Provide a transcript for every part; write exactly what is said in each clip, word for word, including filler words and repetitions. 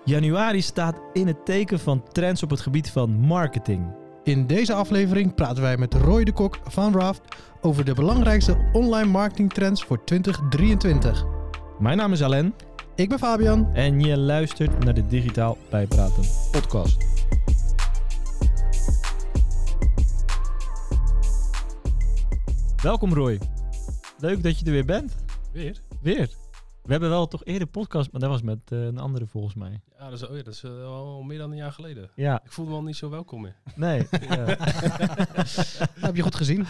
Januari staat in het teken van trends op het gebied van marketing. In deze aflevering praten wij met Roy de Kok van Raft over de belangrijkste online marketingtrends voor twintig drieëntwintig. Mijn naam is Alain. Ik ben Fabian. En je luistert naar de Digitaal Bijpraten podcast. Welkom Roy. Leuk dat je er weer bent. Weer? Weer. We hebben wel toch eerder podcast, maar dat was met uh, een andere volgens mij. Ja, dat is, oh ja, dat is uh, al meer dan een jaar geleden. Ja. Ik voelde me al niet zo welkom meer. Nee. Ja. Dat heb je goed gezien.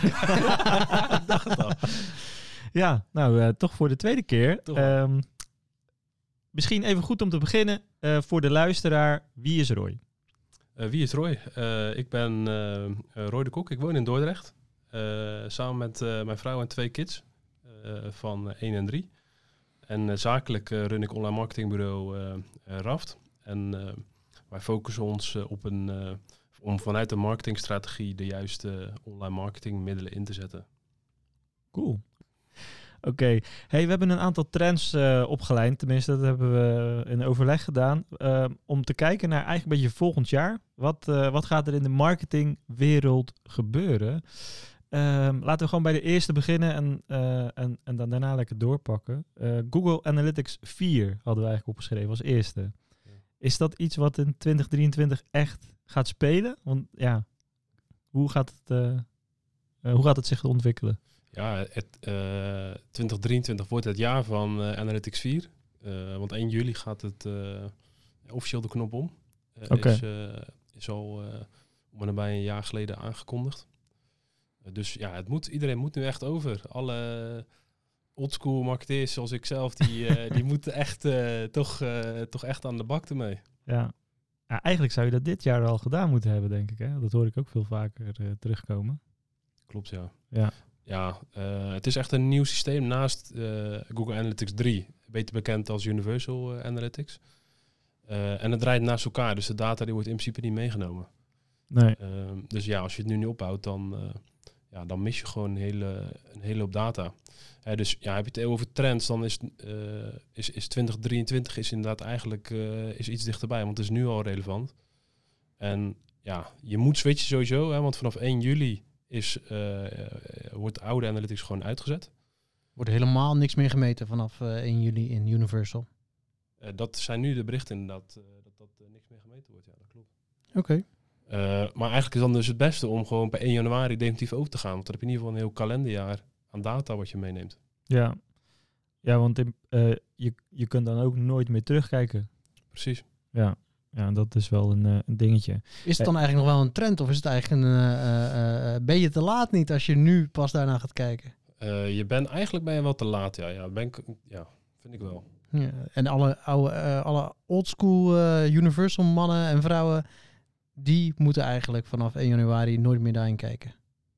Ik dacht het al. Ja, nou uh, toch voor de tweede keer. Toch Um, misschien even goed om te beginnen. Uh, voor de luisteraar, wie is Roy? Uh, wie is Roy? Uh, ik ben uh, uh, Roy de Kok. Ik woon in Dordrecht. Uh, samen met uh, mijn vrouw en twee kids uh, van één en drie. En uh, zakelijk uh, run ik online marketingbureau uh, uh, Raft. En uh, wij focussen ons uh, op een, uh, om vanuit de marketingstrategie de juiste uh, online marketingmiddelen in te zetten. Cool. Oké. Okay. Hey, we hebben een aantal trends uh, opgeleid. Tenminste, dat hebben we in overleg gedaan. Uh, om te kijken naar eigenlijk een beetje volgend jaar. Wat, uh, wat gaat er in de marketingwereld gebeuren? Um, laten we gewoon bij de eerste beginnen en, uh, en, en dan daarna lekker doorpakken. Uh, Google Analytics vier hadden we eigenlijk opgeschreven als eerste. Ja. Is dat iets wat in twintig drieëntwintig echt gaat spelen? Want ja, hoe gaat het, uh, uh, hoe gaat het zich ontwikkelen? Ja, het, uh, twintig drieëntwintig wordt het jaar van uh, Analytics vier. Uh, want één juli gaat het uh, officieel de knop om. Uh, okay. is, uh, is al uh, om en nabij een jaar geleden aangekondigd. Dus ja, het moet, iedereen moet nu echt over. Alle oldschool marketeers zoals ik zelf, die, uh, die moeten echt uh, toch, uh, toch echt aan de bak ermee. Ja. ja, eigenlijk zou je dat dit jaar al gedaan moeten hebben, denk ik. Hè? Dat hoor ik ook veel vaker uh, terugkomen. Klopt, ja. Ja, ja uh, het is echt een nieuw systeem naast uh, Google Analytics drie. Beter bekend als Universal uh, Analytics. Uh, en het draait naast elkaar, dus de data die wordt in principe niet meegenomen. Nee. Uh, dus ja, als je het nu niet ophoudt, dan... Uh, Ja, dan mis je gewoon een hele, een hele hoop data. He, dus ja, heb je het over trends, dan is, uh, is, is twintig drieëntwintig is inderdaad eigenlijk uh, is iets dichterbij, want het is nu al relevant. En ja, je moet switchen sowieso, hè, want vanaf één juli is, uh, uh, wordt de oude analytics gewoon uitgezet. Wordt helemaal niks meer gemeten vanaf uh, één juli in Universal. Uh, dat zijn nu de berichten inderdaad, uh, dat dat uh, niks meer gemeten wordt. Ja, dat klopt. Oké. Okay. Uh, maar eigenlijk is dan dus het beste om gewoon bij één januari definitief over te gaan. Want dan heb je in ieder geval een heel kalenderjaar aan data wat je meeneemt. Ja, ja want in, uh, je, je kunt dan ook nooit meer terugkijken. Precies. Ja, ja dat is wel een, uh, een dingetje. Is het dan eigenlijk nog wel een trend of is het eigenlijk een... Uh, uh, uh, ben je te laat niet als je nu pas daarna gaat kijken? Uh, je bent eigenlijk ben je wel te laat, ja. Ja, ben ik, ja vind ik wel. Ja, en alle, oude, uh, alle oldschool uh, Universal mannen en vrouwen... die moeten eigenlijk vanaf één januari nooit meer daarin kijken.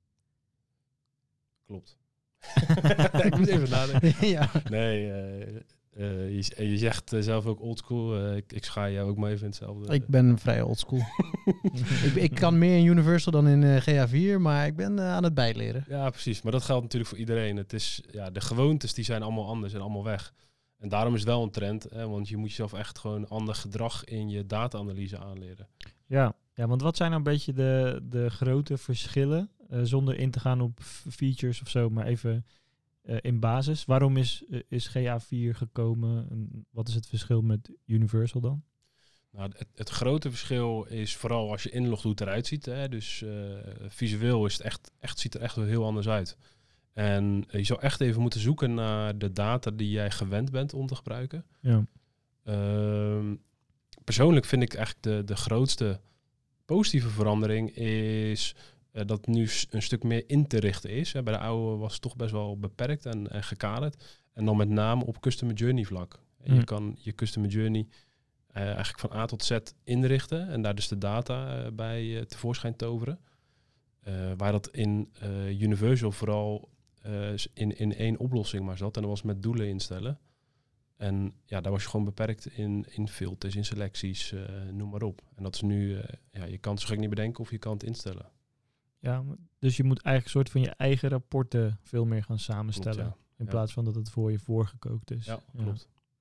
Klopt. Ik moet even nadenken. Ja. Nee, uh, uh, je, je zegt uh, zelf ook oldschool. Uh, ik, ik schaai jou ook maar even in hetzelfde. Ik ben vrij oldschool. ik, ik kan meer in Universal dan in uh, G A vier, maar ik ben uh, aan het bijleren. Ja, precies. Maar dat geldt natuurlijk voor iedereen. Het is, ja, de gewoontes die zijn allemaal anders en allemaal weg. En daarom is het wel een trend, hè, want je moet jezelf echt gewoon ander gedrag in je data-analyse aanleren. Ja, ja, want wat zijn nou een beetje de, de grote verschillen, uh, zonder in te gaan op features of zo, maar even uh, in basis. Waarom is, uh, is G A vier gekomen en wat is het verschil met Universal dan? Nou, het, het grote verschil is vooral als je inlogt hoe het eruit ziet. Hè, dus uh, visueel is het echt, echt, ziet er echt wel heel anders uit. En je zou echt even moeten zoeken naar de data die jij gewend bent om te gebruiken. Ja. Uh, persoonlijk vind ik eigenlijk de, de grootste positieve verandering is uh, dat het nu een stuk meer in te richten is. Hè. Bij de oude was het toch best wel beperkt en, en gekaderd. En dan met name op customer journey vlak. En Hm. je kan je customer journey uh, eigenlijk van A tot Z inrichten en daar dus de data uh, bij uh, tevoorschijn toveren. Uh, waar dat in uh, Universal vooral uh, in, in één oplossing maar zat. En dat was met doelen instellen. En ja, daar was je gewoon beperkt in, in filters, in selecties, uh, noem maar op. En dat is nu, uh, ja, je kan het zo gek niet bedenken of je kan het instellen. Ja, dus je moet eigenlijk een soort van je eigen rapporten veel meer gaan samenstellen. Klopt, ja. In ja. plaats van dat het voor je voorgekookt is. Ja, klopt.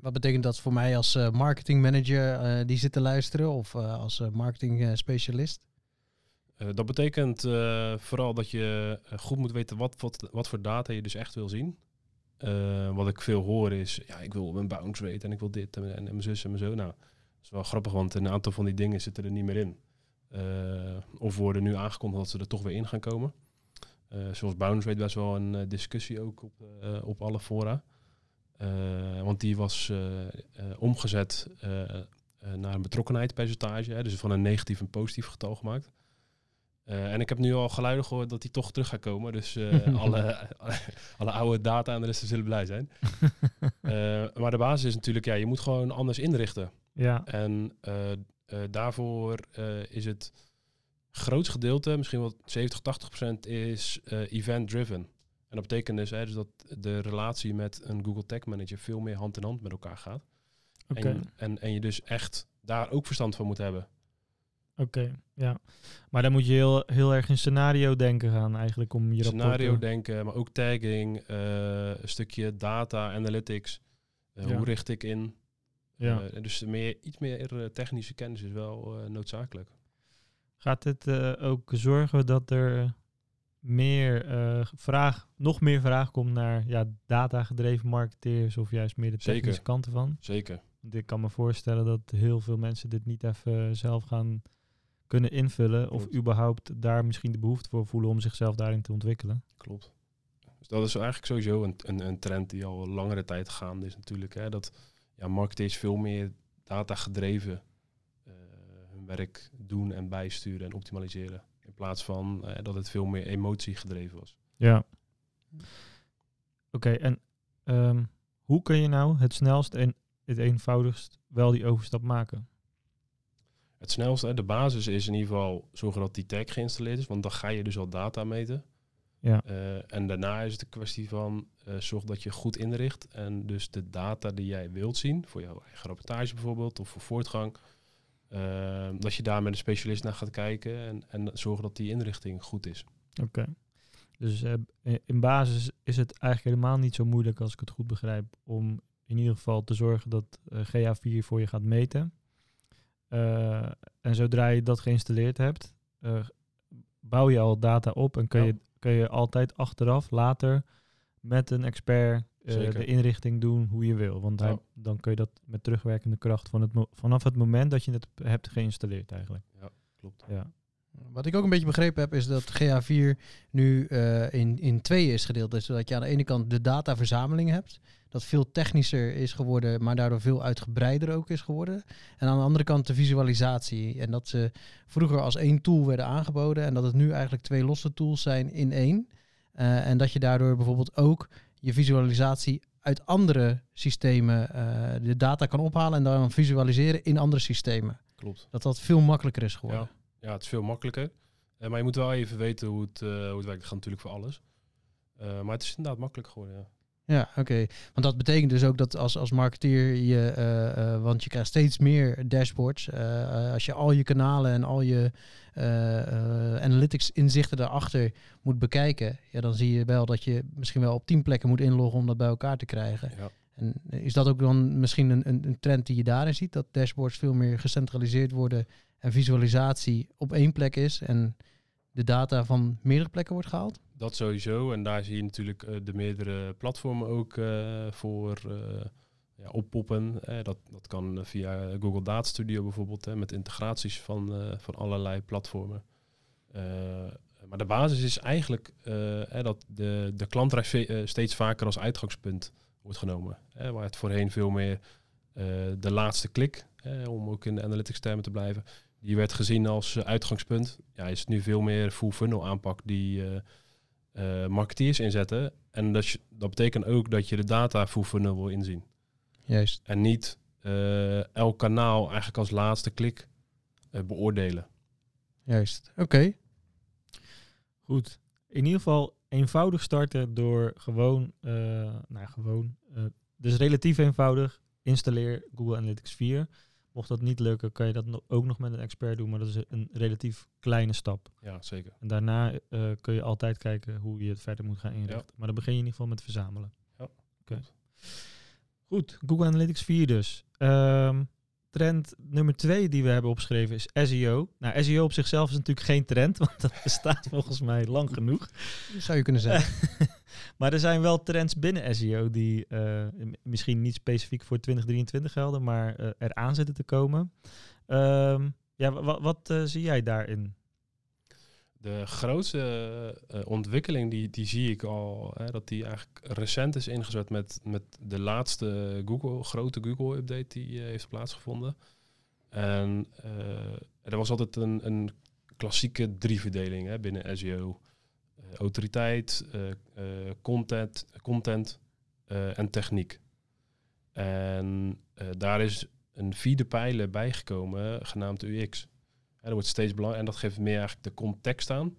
Wat betekent dat voor mij als uh, marketingmanager uh, die zit te luisteren of uh, als uh, marketingspecialist? Uh, dat betekent uh, vooral dat je goed moet weten wat, wat, wat voor data je dus echt wil zien. Uh, wat ik veel hoor is, ja, ik wil mijn bounce rate en ik wil dit en, en, en mijn zus en mijn zo. Nou, dat is wel grappig, want een aantal van die dingen zitten er niet meer in. Uh, of worden nu aangekondigd dat ze er toch weer in gaan komen. Uh, zoals bounce rate best wel een uh, discussie ook op, uh, op alle fora. Uh, want die was uh, uh, omgezet uh, uh, naar een betrokkenheidspercentage. Hè, dus van een negatief een positief getal gemaakt. Uh, en ik heb nu al geluiden gehoord dat die toch terug gaat komen. Dus uh, alle, alle oude data-analysten zullen blij zijn. uh, maar de basis is natuurlijk, ja, je moet gewoon anders inrichten. Ja. En uh, uh, daarvoor uh, is het grootste gedeelte, misschien wel zeventig, tachtig procent, is uh, event-driven. En dat betekent dus, hè, dus dat de relatie met een Google Tag Manager veel meer hand in hand met elkaar gaat. Okay. En, en, en je dus echt daar ook verstand van moet hebben. Oké, okay, ja. Maar dan moet je heel, heel erg in scenario denken gaan eigenlijk om je Scenario rapporten... denken, maar ook tagging, uh, een stukje data, analytics. Uh, ja. Hoe richt ik in? Ja. Uh, dus meer, iets meer uh, technische kennis is wel uh, noodzakelijk. Gaat dit uh, ook zorgen dat er meer uh, vraag, nog meer vraag komt naar ja, data-gedreven marketeers of juist meer de technische Zeker. kanten van? Zeker. Want ik kan me voorstellen dat heel veel mensen dit niet even zelf gaan kunnen invullen. Klopt. Of überhaupt daar misschien de behoefte voor voelen om zichzelf daarin te ontwikkelen. Klopt. Dus dat is eigenlijk sowieso een, een, een trend die al langere tijd gaande is natuurlijk. Hè, dat ja, marketeers veel meer data-gedreven uh, hun werk doen en bijsturen en optimaliseren. In plaats van uh, dat het veel meer emotiegedreven was. Ja. Oké, okay, en um, hoe kun je nou het snelst en het eenvoudigst wel die overstap maken? Het snelste, de basis is in ieder geval zorgen dat die tag geïnstalleerd is, want dan ga je dus al data meten. Ja. Uh, en daarna is het een kwestie van uh, zorg dat je goed inricht en dus de data die jij wilt zien, voor jouw eigen rapportage bijvoorbeeld of voor voortgang, uh, dat je daar met een specialist naar gaat kijken en, en zorgen dat die inrichting goed is. Oké. Okay. Dus uh, in basis is het eigenlijk helemaal niet zo moeilijk, als ik het goed begrijp, om in ieder geval te zorgen dat uh, G A vier voor je gaat meten. Uh, en zodra je dat geïnstalleerd hebt, uh, bouw je al data op en kun, ja. je, kun je altijd achteraf, later, met een expert uh, de inrichting doen hoe je wil. Want ja. hij, dan kun je dat met terugwerkende kracht van het mo- vanaf het moment dat je het hebt geïnstalleerd eigenlijk. Ja, klopt. Ja. Wat ik ook een beetje begrepen heb, is dat G A vier nu uh, in, in tweeën is gedeeld. Dus dat je aan de ene kant de dataverzameling hebt, dat veel technischer is geworden, maar daardoor veel uitgebreider ook is geworden. En aan de andere kant de visualisatie. En dat ze vroeger als één tool werden aangeboden en dat het nu eigenlijk twee losse tools zijn in één. Uh, en dat je daardoor bijvoorbeeld ook je visualisatie uit andere systemen uh, de data kan ophalen en dan visualiseren in andere systemen. Klopt. Dat dat veel makkelijker is geworden. Ja. Ja, het is veel makkelijker. Uh, maar je moet wel even weten hoe het, uh, hoe het werkt. Dat gaat natuurlijk voor alles. Uh, maar het is inderdaad makkelijk geworden, ja. Ja, oké. Okay. Want dat betekent dus ook dat als, als marketeer je... Uh, uh, want je krijgt steeds meer dashboards. Uh, uh, als je al je kanalen en al je uh, uh, analytics inzichten daarachter moet bekijken... Ja, dan zie je wel dat je misschien wel op tien plekken moet inloggen om dat bij elkaar te krijgen. Ja. En is dat ook dan misschien een, een, een trend die je daarin ziet? Dat dashboards veel meer gecentraliseerd worden... en visualisatie op één plek is en de data van meerdere plekken wordt gehaald? Dat sowieso. En daar zie je natuurlijk uh, de meerdere platformen ook uh, voor uh, ja, oppoppen. Eh, dat, dat kan via Google Data Studio bijvoorbeeld, hè, met integraties van, uh, van allerlei platformen. Uh, maar de basis is eigenlijk uh, eh, dat de, de klantreis uh, steeds vaker als uitgangspunt wordt genomen. Eh, waar het voorheen veel meer uh, de laatste klik, eh, om ook in de analytics termen te blijven, die werd gezien als uh, uitgangspunt. Ja, is het nu veel meer full funnel aanpak die uh, uh, marketeers inzetten. En dat, je, dat betekent ook dat je de data full funnel wil inzien. Juist. En niet uh, elk kanaal eigenlijk als laatste klik uh, beoordelen. Juist, oké. Okay. Goed. In ieder geval eenvoudig starten door gewoon, uh, nou gewoon, uh, dus relatief eenvoudig, installeer Google Analytics vier. Mocht dat niet lukken, kan je dat no- ook nog met een expert doen, maar dat is een relatief kleine stap. Ja, zeker. En daarna uh, kun je altijd kijken hoe je het verder moet gaan inrichten. Ja. Maar dan begin je in ieder geval met verzamelen. Ja. Okay. Goed, Google Analytics vier dus. Um, trend nummer twee die we hebben opgeschreven is S E O. Nou, S E O op zichzelf is natuurlijk geen trend, want dat bestaat volgens mij lang genoeg. Zou je kunnen zeggen. Maar er zijn wel trends binnen S E O die uh, misschien niet specifiek voor twintig drieëntwintig gelden, maar uh, eraan zitten te komen. Um, ja, wat, wat uh, zie jij daarin? De grootste uh, ontwikkeling die, die zie ik al, hè, dat die eigenlijk recent is ingezet met, met de laatste Google, grote Google-update die uh, heeft plaatsgevonden. En uh, er was altijd een, een klassieke drieverdeling hè, binnen S E O. Uh, autoriteit, uh, uh, content, content uh, en techniek. En uh, daar is een vierde pijler bijgekomen, genaamd U X. En dat wordt steeds belangrijker en dat geeft meer eigenlijk de context aan.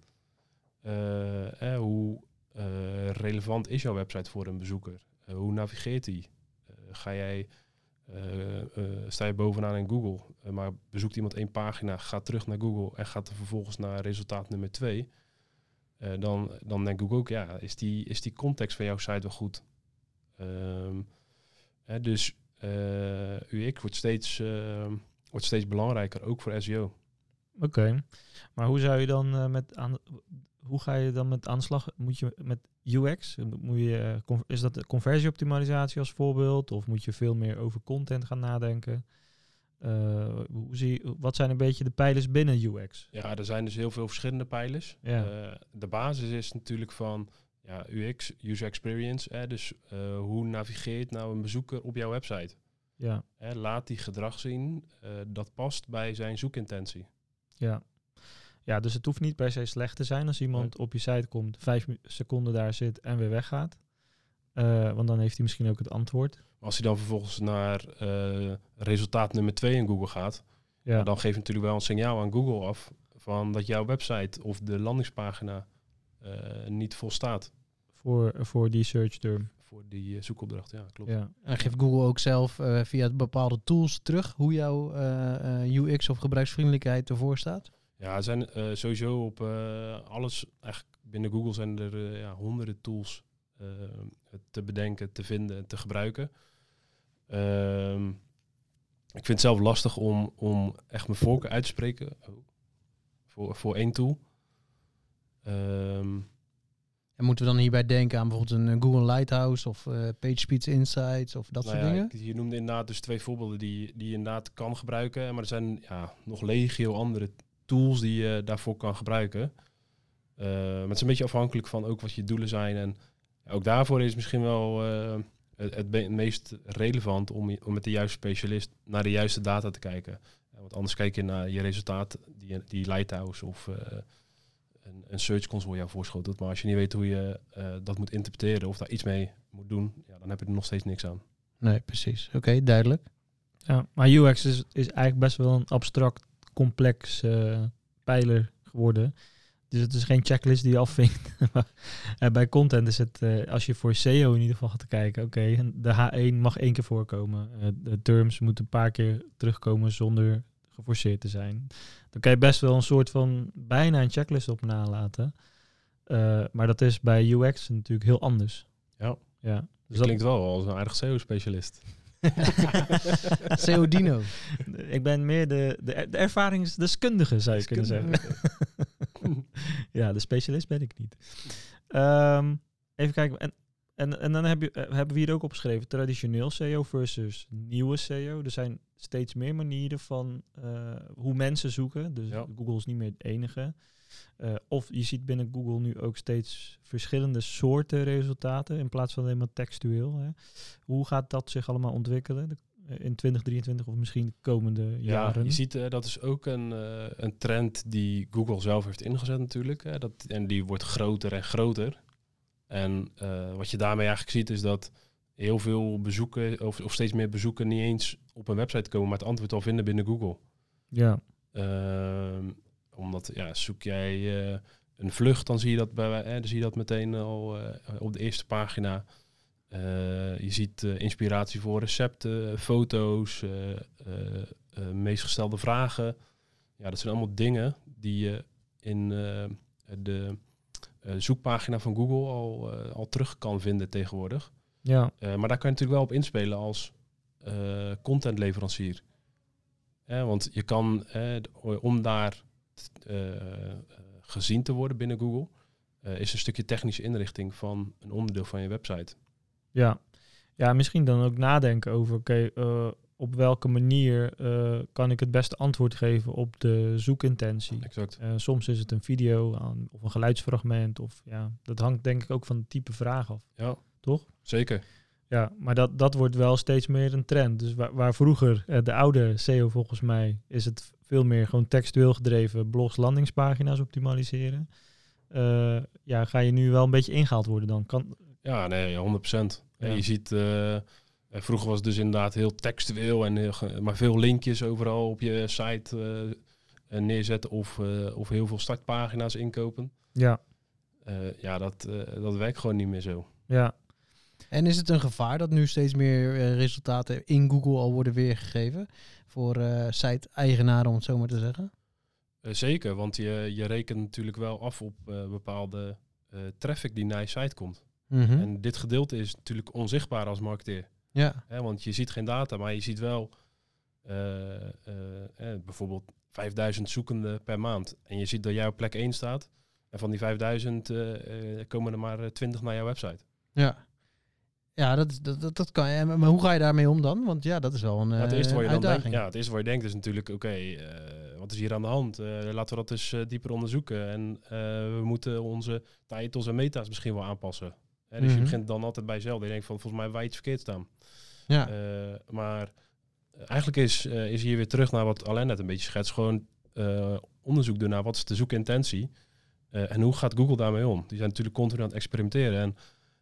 Uh, eh, hoe uh, relevant is jouw website voor een bezoeker? Uh, hoe navigeert hij? Uh, ga jij, uh, uh, sta je bovenaan in Google, uh, maar bezoekt iemand één pagina, gaat terug naar Google en gaat er vervolgens naar resultaat nummer twee. Uh, dan, dan denkt Google ook, ja, is die, is die context van jouw site wel goed? Um, eh, dus uh, U X wordt steeds, uh, wordt steeds belangrijker, ook voor S E O. Oké, okay. Maar hoe zou je dan uh, met aan, hoe ga je dan met aanslag? Moet je met U X? Moet je, uh, is dat de conversieoptimalisatie als voorbeeld? Of moet je veel meer over content gaan nadenken? Uh, hoe zie je, wat zijn een beetje de pijlers binnen U X? Ja, er zijn dus heel veel verschillende pijlers. Ja. Uh, de basis is natuurlijk van ja, U X, User Experience. Eh, dus uh, hoe navigeert nou een bezoeker op jouw website? Ja. Eh, laat die gedrag zien uh, dat past bij zijn zoekintentie. Ja. Ja, dus het hoeft niet per se slecht te zijn als iemand nee. op je site komt, vijf seconden daar zit en weer weggaat. Uh, want dan heeft hij misschien ook het antwoord. Maar als hij dan vervolgens naar uh, resultaat nummer twee in Google gaat, ja. dan geeft natuurlijk wel een signaal aan Google af van dat jouw website of de landingspagina uh, niet volstaat. Voor, voor die search term. Voor die uh, zoekopdracht, ja, klopt. Ja. En geeft Google ook zelf uh, via bepaalde tools terug hoe jouw uh, uh, U X of gebruiksvriendelijkheid ervoor staat? Ja, er zijn uh, sowieso op uh, alles, eigenlijk binnen Google zijn er uh, ja, honderden tools uh, te bedenken, te vinden en te gebruiken. Um, ik vind het zelf lastig om, om echt mijn voorkeur uit te spreken oh, voor, voor één tool. Um, En moeten we dan hierbij denken aan bijvoorbeeld een Google Lighthouse of uh, PageSpeed Insights of dat nou soort ja, dingen? Ik, je noemde inderdaad dus twee voorbeelden die, die je inderdaad kan gebruiken. Maar er zijn ja, nog legio andere tools die je daarvoor kan gebruiken. Uh, maar het is een beetje afhankelijk van ook wat je doelen zijn. En ja, ook daarvoor is het misschien wel uh, het, het, be- het meest relevant om, je, om met de juiste specialist naar de juiste data te kijken. Uh, want anders kijk je naar je resultaat, die, die Lighthouse of uh, een, een Search Console jou voorschotelt. Maar als je niet weet hoe je uh, dat moet interpreteren of daar iets mee moet doen, ja, dan heb je er nog steeds niks aan. Nee, precies. Oké, okay, duidelijk. Ja, maar U X is, is eigenlijk best wel een abstract, complex uh, pijler geworden. Dus het is geen checklist die je afvinkt. uh, bij content is het, uh, als je voor S E O in ieder geval gaat kijken, oké, okay, de H één mag één keer voorkomen. Uh, de terms moeten een paar keer terugkomen zonder geforceerd te zijn. Dan kan je best wel een soort van bijna een checklist op nalaten. Uh, maar dat is bij U X natuurlijk heel anders. Ja, ja. Dus dat dat klinkt wel als een aardig S E O-specialist. S E O Dino. Ik ben meer de, de, de ervaringsdeskundige, zou je kunnen zeggen. Ja, de specialist ben ik niet. Um, even kijken. En, en, en dan heb je, uh, hebben we hier ook opgeschreven. Traditioneel S E O versus nieuwe S E O. Er zijn steeds meer manieren van uh, hoe mensen zoeken. Dus ja. Google is niet meer het enige. Uh, of je ziet binnen Google nu ook steeds verschillende soorten resultaten in plaats van alleen maar textueel. Hè. Hoe gaat dat zich allemaal ontwikkelen de, uh, in twintig drieëntwintig of misschien de komende ja, jaren? Je ziet uh, dat is ook een, uh, een trend die Google zelf heeft ingezet natuurlijk. Hè, dat, en die wordt groter en groter. En uh, wat je daarmee eigenlijk ziet is dat heel veel bezoeken of, of steeds meer bezoeken niet eens op een website komen, maar het antwoord al vinden binnen Google. Ja. Uh, Omdat, ja, zoek jij uh, een vlucht, dan zie je dat, bij, eh, dan zie je dat meteen al uh, op de eerste pagina. Uh, je ziet uh, inspiratie voor recepten, foto's, uh, uh, uh, meest gestelde vragen. Ja, dat zijn allemaal dingen die je in uh, de uh, zoekpagina van Google al, uh, al terug kan vinden tegenwoordig. Ja, Uh, maar daar kan je natuurlijk wel op inspelen als uh, contentleverancier. Eh, want je kan, eh, om daar uh, gezien te worden binnen Google, uh, is een stukje technische inrichting van een onderdeel van je website. ja. Ja, misschien dan ook nadenken over, oké, okay, uh, op welke manier uh, kan ik het beste antwoord geven op de zoekintentie. Exact. Uh, soms is het een video aan, of een geluidsfragment. Of, ja, dat hangt denk ik ook van het type vraag af. Ja, toch? Zeker. Ja, maar dat, dat wordt wel steeds meer een trend. Dus waar, waar vroeger, uh, de oude S E O volgens mij, is het veel meer gewoon textueel gedreven blogs, landingspagina's optimaliseren. Uh, ja, ga je nu wel een beetje ingehaald worden dan? Kan... Ja, nee, honderd procent. Ja. Je ziet, uh, vroeger was het dus inderdaad heel textueel en heel, maar veel linkjes overal op je site uh, neerzetten of, uh, of heel veel startpagina's inkopen. Ja. Uh, ja, dat, uh, dat werkt gewoon niet meer zo. Ja. En is het een gevaar dat nu steeds meer uh, resultaten in Google al worden weergegeven voor uh, site-eigenaren, om het zo maar te zeggen? Uh, zeker, want je, je rekent natuurlijk wel af op uh, bepaalde uh, traffic die naar je site komt. Mm-hmm. En dit gedeelte is natuurlijk onzichtbaar als marketeer. Ja. He, want je ziet geen data, maar je ziet wel uh, uh, eh, bijvoorbeeld vijfduizend zoekenden per maand. En je ziet dat jij op plek één staat. En van die vijfduizend uh, uh, komen er maar twintig naar jouw website. Ja, ja dat, dat, dat, dat kan je. Maar hoe ga je daarmee om dan? Want ja, dat is wel een uh, ja, het eerste wat je dan uitdaging. denkt, ja, het eerste wat je denkt is natuurlijk, oké, okay, uh, wat is hier aan de hand? Uh, laten we dat eens uh, dieper onderzoeken. En uh, we moeten onze titles en meta's misschien wel aanpassen. Hè, dus mm-hmm. je begint dan altijd bij jezelf. Je denkt van, volgens mij hebben wij iets verkeerd staan. Ja. Uh, maar eigenlijk is, uh, is hier weer terug naar wat Alain net een beetje schetst. Gewoon uh, onderzoek doen naar wat is de zoekintentie. Uh, en hoe gaat Google daarmee om? Die zijn natuurlijk continu aan het experimenteren. En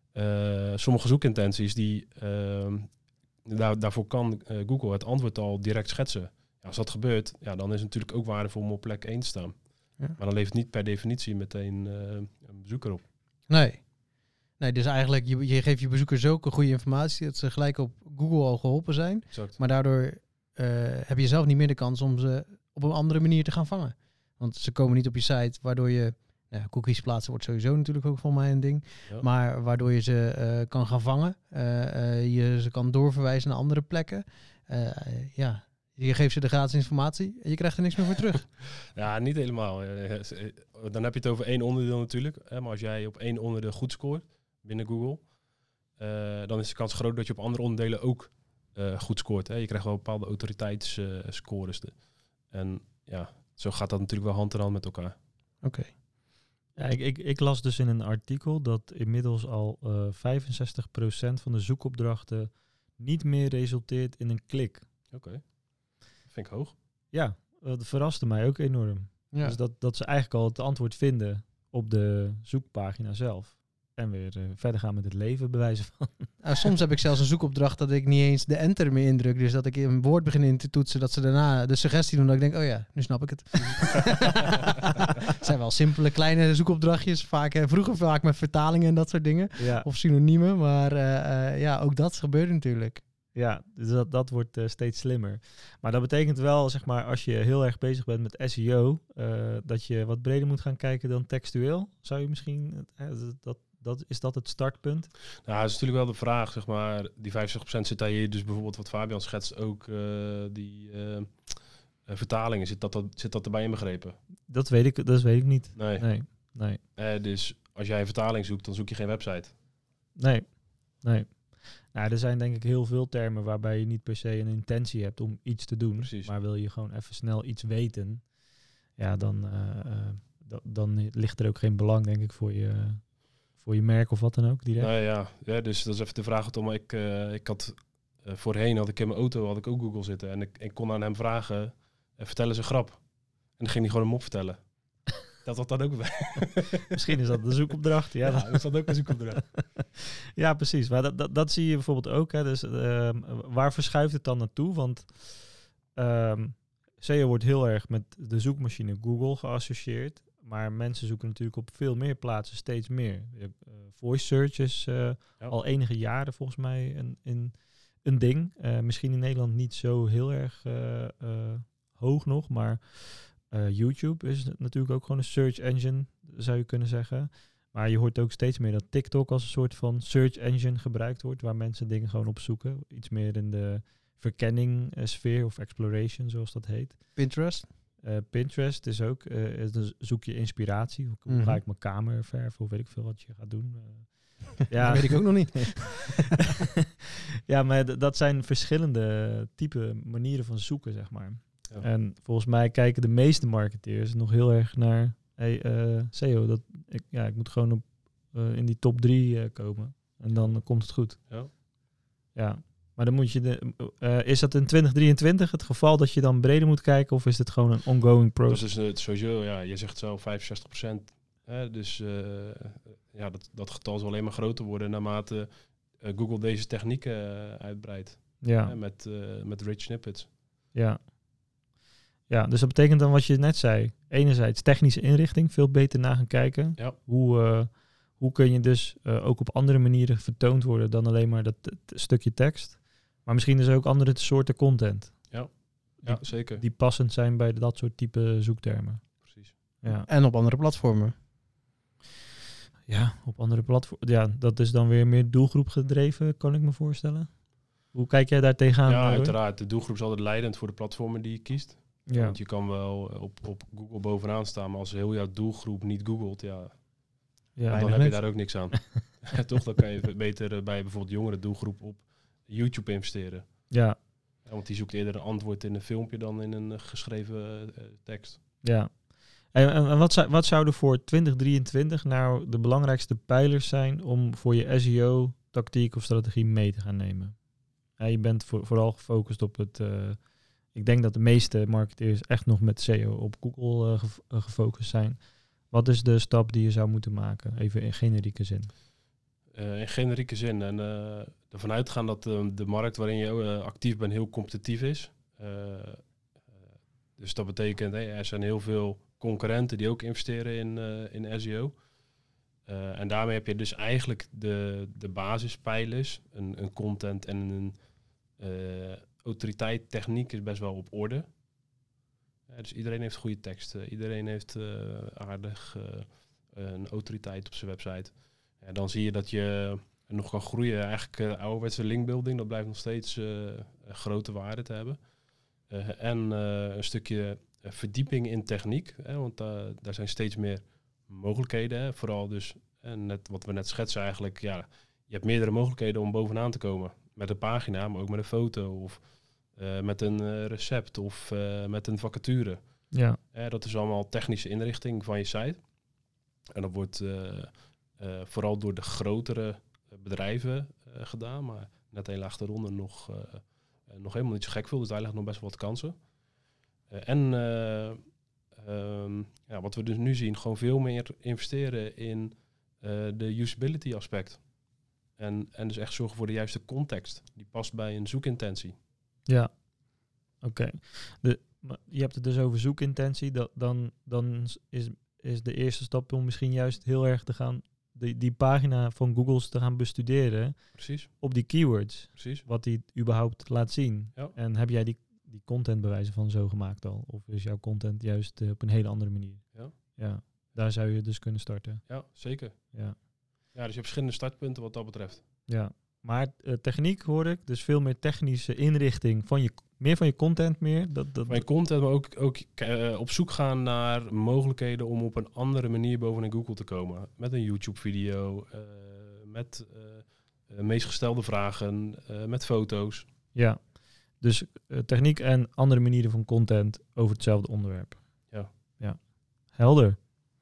uh, sommige zoekintenties, die, uh, daar, daarvoor kan uh, Google het antwoord al direct schetsen. Ja, als dat gebeurt, ja, dan is het natuurlijk ook waardevol om op plek één te staan. Ja. Maar dan levert niet per definitie meteen uh, een bezoeker op. Nee. Nee, dus eigenlijk, je, je geeft je bezoekers zulke goede informatie dat ze gelijk op Google al geholpen zijn. Exact. Maar daardoor uh, heb je zelf niet meer de kans om ze op een andere manier te gaan vangen. Want ze komen niet op je site, waardoor je... Nou, cookies plaatsen wordt sowieso natuurlijk ook voor mij een ding. Ja. Maar waardoor je ze uh, kan gaan vangen. Uh, uh, je ze kan doorverwijzen naar andere plekken. Uh, uh, ja, je geeft ze de gratis informatie en je krijgt er niks meer voor terug. Ja, niet helemaal. Dan heb je het over één onderdeel natuurlijk. Maar als jij op één onderdeel goed scoort binnen Google, uh, dan is de kans groot dat je op andere onderdelen ook uh, goed scoort. Hè. Je krijgt wel bepaalde autoriteitsscores. Uh, en ja, zo gaat dat natuurlijk wel hand in hand met elkaar. Oké. Okay. Ja, ik, ik, ik las dus in een artikel dat inmiddels al uh, vijfenzestig procent van de zoekopdrachten niet meer resulteert in een klik. Oké, okay. Vind ik hoog. Ja, dat verraste mij ook enorm. Ja. Dus dat, dat ze eigenlijk al het antwoord vinden op de zoekpagina zelf. En weer uh, verder gaan met het leven, bewijzen van. Nou, soms heb ik zelfs een zoekopdracht dat ik niet eens de enter meer indruk. Dus dat ik een woord begin in te toetsen, dat ze daarna de suggestie doen. Dat ik denk, oh ja, nu snap ik het. Het zijn wel simpele kleine zoekopdrachtjes. Vaak, uh, vroeger vaak met vertalingen en dat soort dingen. Ja. Of synoniemen. Maar uh, uh, ja, ook dat gebeurt natuurlijk. Ja, dus dat, dat wordt uh, steeds slimmer. Maar dat betekent wel, zeg maar, als je heel erg bezig bent met S E O, uh, dat je wat breder moet gaan kijken dan textueel. Zou je misschien, uh, dat, dat, is dat het startpunt? Nou, dat is natuurlijk wel de vraag, zeg maar, die vijfenzestig procent zit daar hier, dus bijvoorbeeld wat Fabian schetst, ook uh, die uh, uh, vertalingen, zit dat, dat, zit dat erbij inbegrepen? Dat weet ik, dat weet ik niet. Nee. nee, nee. Uh, dus als jij een vertaling zoekt, dan zoek je geen website. Nee, nee. Nou, er zijn denk ik heel veel termen waarbij je niet per se een intentie hebt om iets te doen. Precies. Maar wil je gewoon even snel iets weten, ja, dan, uh, uh, d- dan ligt er ook geen belang, denk ik, voor je, voor je merk of wat dan ook direct. Nou ja, ja, dus dat is even de vraag. Tom, ik, uh, ik had uh, voorheen had ik in mijn auto had ik ook Google zitten en ik, ik kon aan hem vragen, uh, vertel eens een grap. En dan ging hij gewoon een mop vertellen. Dat was dan ook bij. Misschien is dat de zoekopdracht. Ja, ja dat is dat ook een zoekopdracht. Ja, precies. Maar dat, dat, dat zie je bijvoorbeeld ook. Hè. Dus uh, waar verschuift het dan naartoe? Want um, S E O wordt heel erg met de zoekmachine Google geassocieerd. Maar mensen zoeken natuurlijk op veel meer plaatsen steeds meer. Uh, voice search is uh, ja. al enige jaren volgens mij een, een, een ding. Uh, misschien in Nederland niet zo heel erg uh, uh, hoog nog, maar... Uh, YouTube is natuurlijk ook gewoon een search engine, zou je kunnen zeggen. Maar je hoort ook steeds meer dat TikTok als een soort van search engine gebruikt wordt, waar mensen dingen gewoon opzoeken. Iets meer in de verkenning eh, sfeer of exploration, zoals dat heet. Pinterest? Uh, Pinterest is ook, uh, dan zoek je inspiratie. Hoe, hoe Mhm. ga ik mijn kamer verven of weet ik veel wat je gaat doen. Uh, Ja. Dat weet ik ook nog niet. Ja, maar d- dat zijn verschillende type manieren van zoeken, zeg maar. Ja. En volgens mij kijken de meeste marketeers nog heel erg naar hey, uh, S E O. Dat ik, ja, ik moet gewoon op, uh, in die top drie uh, komen. En dan uh, komt het goed. Ja. Ja. Maar dan moet je de, uh, is dat in twintig drieëntwintig het geval dat je dan breder moet kijken, of is het gewoon een ongoing Dat process? is het sowieso, ja, je zegt zelf vijfenzestig procent. Hè, dus uh, ja, dat, dat getal zal alleen maar groter worden naarmate uh, Google deze technieken uh, uitbreidt. Ja. Hè, met, uh, met rich snippets. Ja. Ja, dus dat betekent dan wat je net zei. Enerzijds technische inrichting, veel beter na gaan kijken. Ja. Hoe, uh, hoe kun je dus uh, ook op andere manieren vertoond worden dan alleen maar dat t- t- stukje tekst. Maar misschien dus ook andere soorten content. Ja, die, ja zeker. Die passend zijn bij dat soort type zoektermen. Precies. Ja. En op andere platformen. Ja, op andere platformen. Ja, dat is dan weer meer doelgroep gedreven, kan ik me voorstellen. Hoe kijk jij daar tegenaan? Ja, Roy? uiteraard. De doelgroep is altijd leidend voor de platformen die je kiest. Ja. Want je kan wel op, op Google bovenaan staan, maar als heel jouw doelgroep niet googelt, ja, Ja, dan weinig heb je nut. daar ook niks aan. Toch, dan kan je beter uh, bij bijvoorbeeld jongere doelgroep op YouTube investeren. ja, Ja, want die zoekt eerder een antwoord in een filmpje dan in een uh, geschreven uh, tekst. ja. En, en, en wat, zou, wat zouden voor twintig drieëntwintig nou de belangrijkste pijlers zijn om voor je S E O-tactiek of strategie mee te gaan nemen? Ja, je bent voor, vooral gefocust op het... Uh, ik denk dat de meeste marketeers echt nog met S E O op Google uh, gev- uh, gefocust zijn. Wat is de stap die je zou moeten maken? Even in generieke zin. Uh, in generieke zin. En uh, ervan uitgaan dat uh, de markt waarin je uh, actief bent heel competitief is. Uh, uh, dus dat betekent, hey, er zijn heel veel concurrenten die ook investeren in, uh, in S E O. Uh, en daarmee heb je dus eigenlijk de, de basispijlers, een, een content en een uh, autoriteit, techniek is best wel op orde. Uh, dus iedereen heeft goede teksten, iedereen heeft uh, aardig uh, een autoriteit op zijn website. En dan zie je dat je nog kan groeien. Eigenlijk uh, ouderwetse linkbuilding, dat blijft nog steeds uh, grote waarde te hebben. Uh, en uh, een stukje uh, verdieping in techniek, hè, want uh, daar zijn steeds meer mogelijkheden. Hè, vooral dus, uh, net wat we net schetsen eigenlijk, ja, je hebt meerdere mogelijkheden om bovenaan te komen. Met een pagina, maar ook met een foto of uh, met een uh, recept of uh, met een vacature. Ja. Uh, dat is allemaal technische inrichting van je site. En dat wordt uh, uh, vooral door de grotere bedrijven uh, gedaan, maar net een laag eronder nog, uh, uh, nog helemaal niet zo gek veel. Dus daar liggen nog best wel wat kansen. Uh, en uh, um, ja, wat we dus nu zien, gewoon veel meer investeren in uh, de usability aspect. En, en dus echt zorgen voor de juiste context. Die past bij een zoekintentie. Ja, oké. Okay. Je hebt het dus over zoekintentie. Dat, dan dan is, is de eerste stap om misschien juist heel erg te gaan... Die, die pagina van Google's te gaan bestuderen. Precies. Op die keywords. Precies. Wat die überhaupt laat zien. Ja. En heb jij die, die content bewijzen van zo gemaakt al? Of is jouw content juist uh, op een hele andere manier? Ja. Ja. Daar zou je dus kunnen starten. Ja, zeker. Ja. Ja, dus je hebt verschillende startpunten wat dat betreft. Ja. Maar uh, techniek hoor ik, dus veel meer technische inrichting van je, meer van je content meer. Dat, dat van je content, maar ook, ook uh, op zoek gaan naar mogelijkheden om op een andere manier boven in Google te komen. Met een YouTube-video, uh, met uh, meest gestelde vragen, uh, met foto's. Ja, dus uh, techniek en andere manieren van content over hetzelfde onderwerp. Ja. Ja, helder.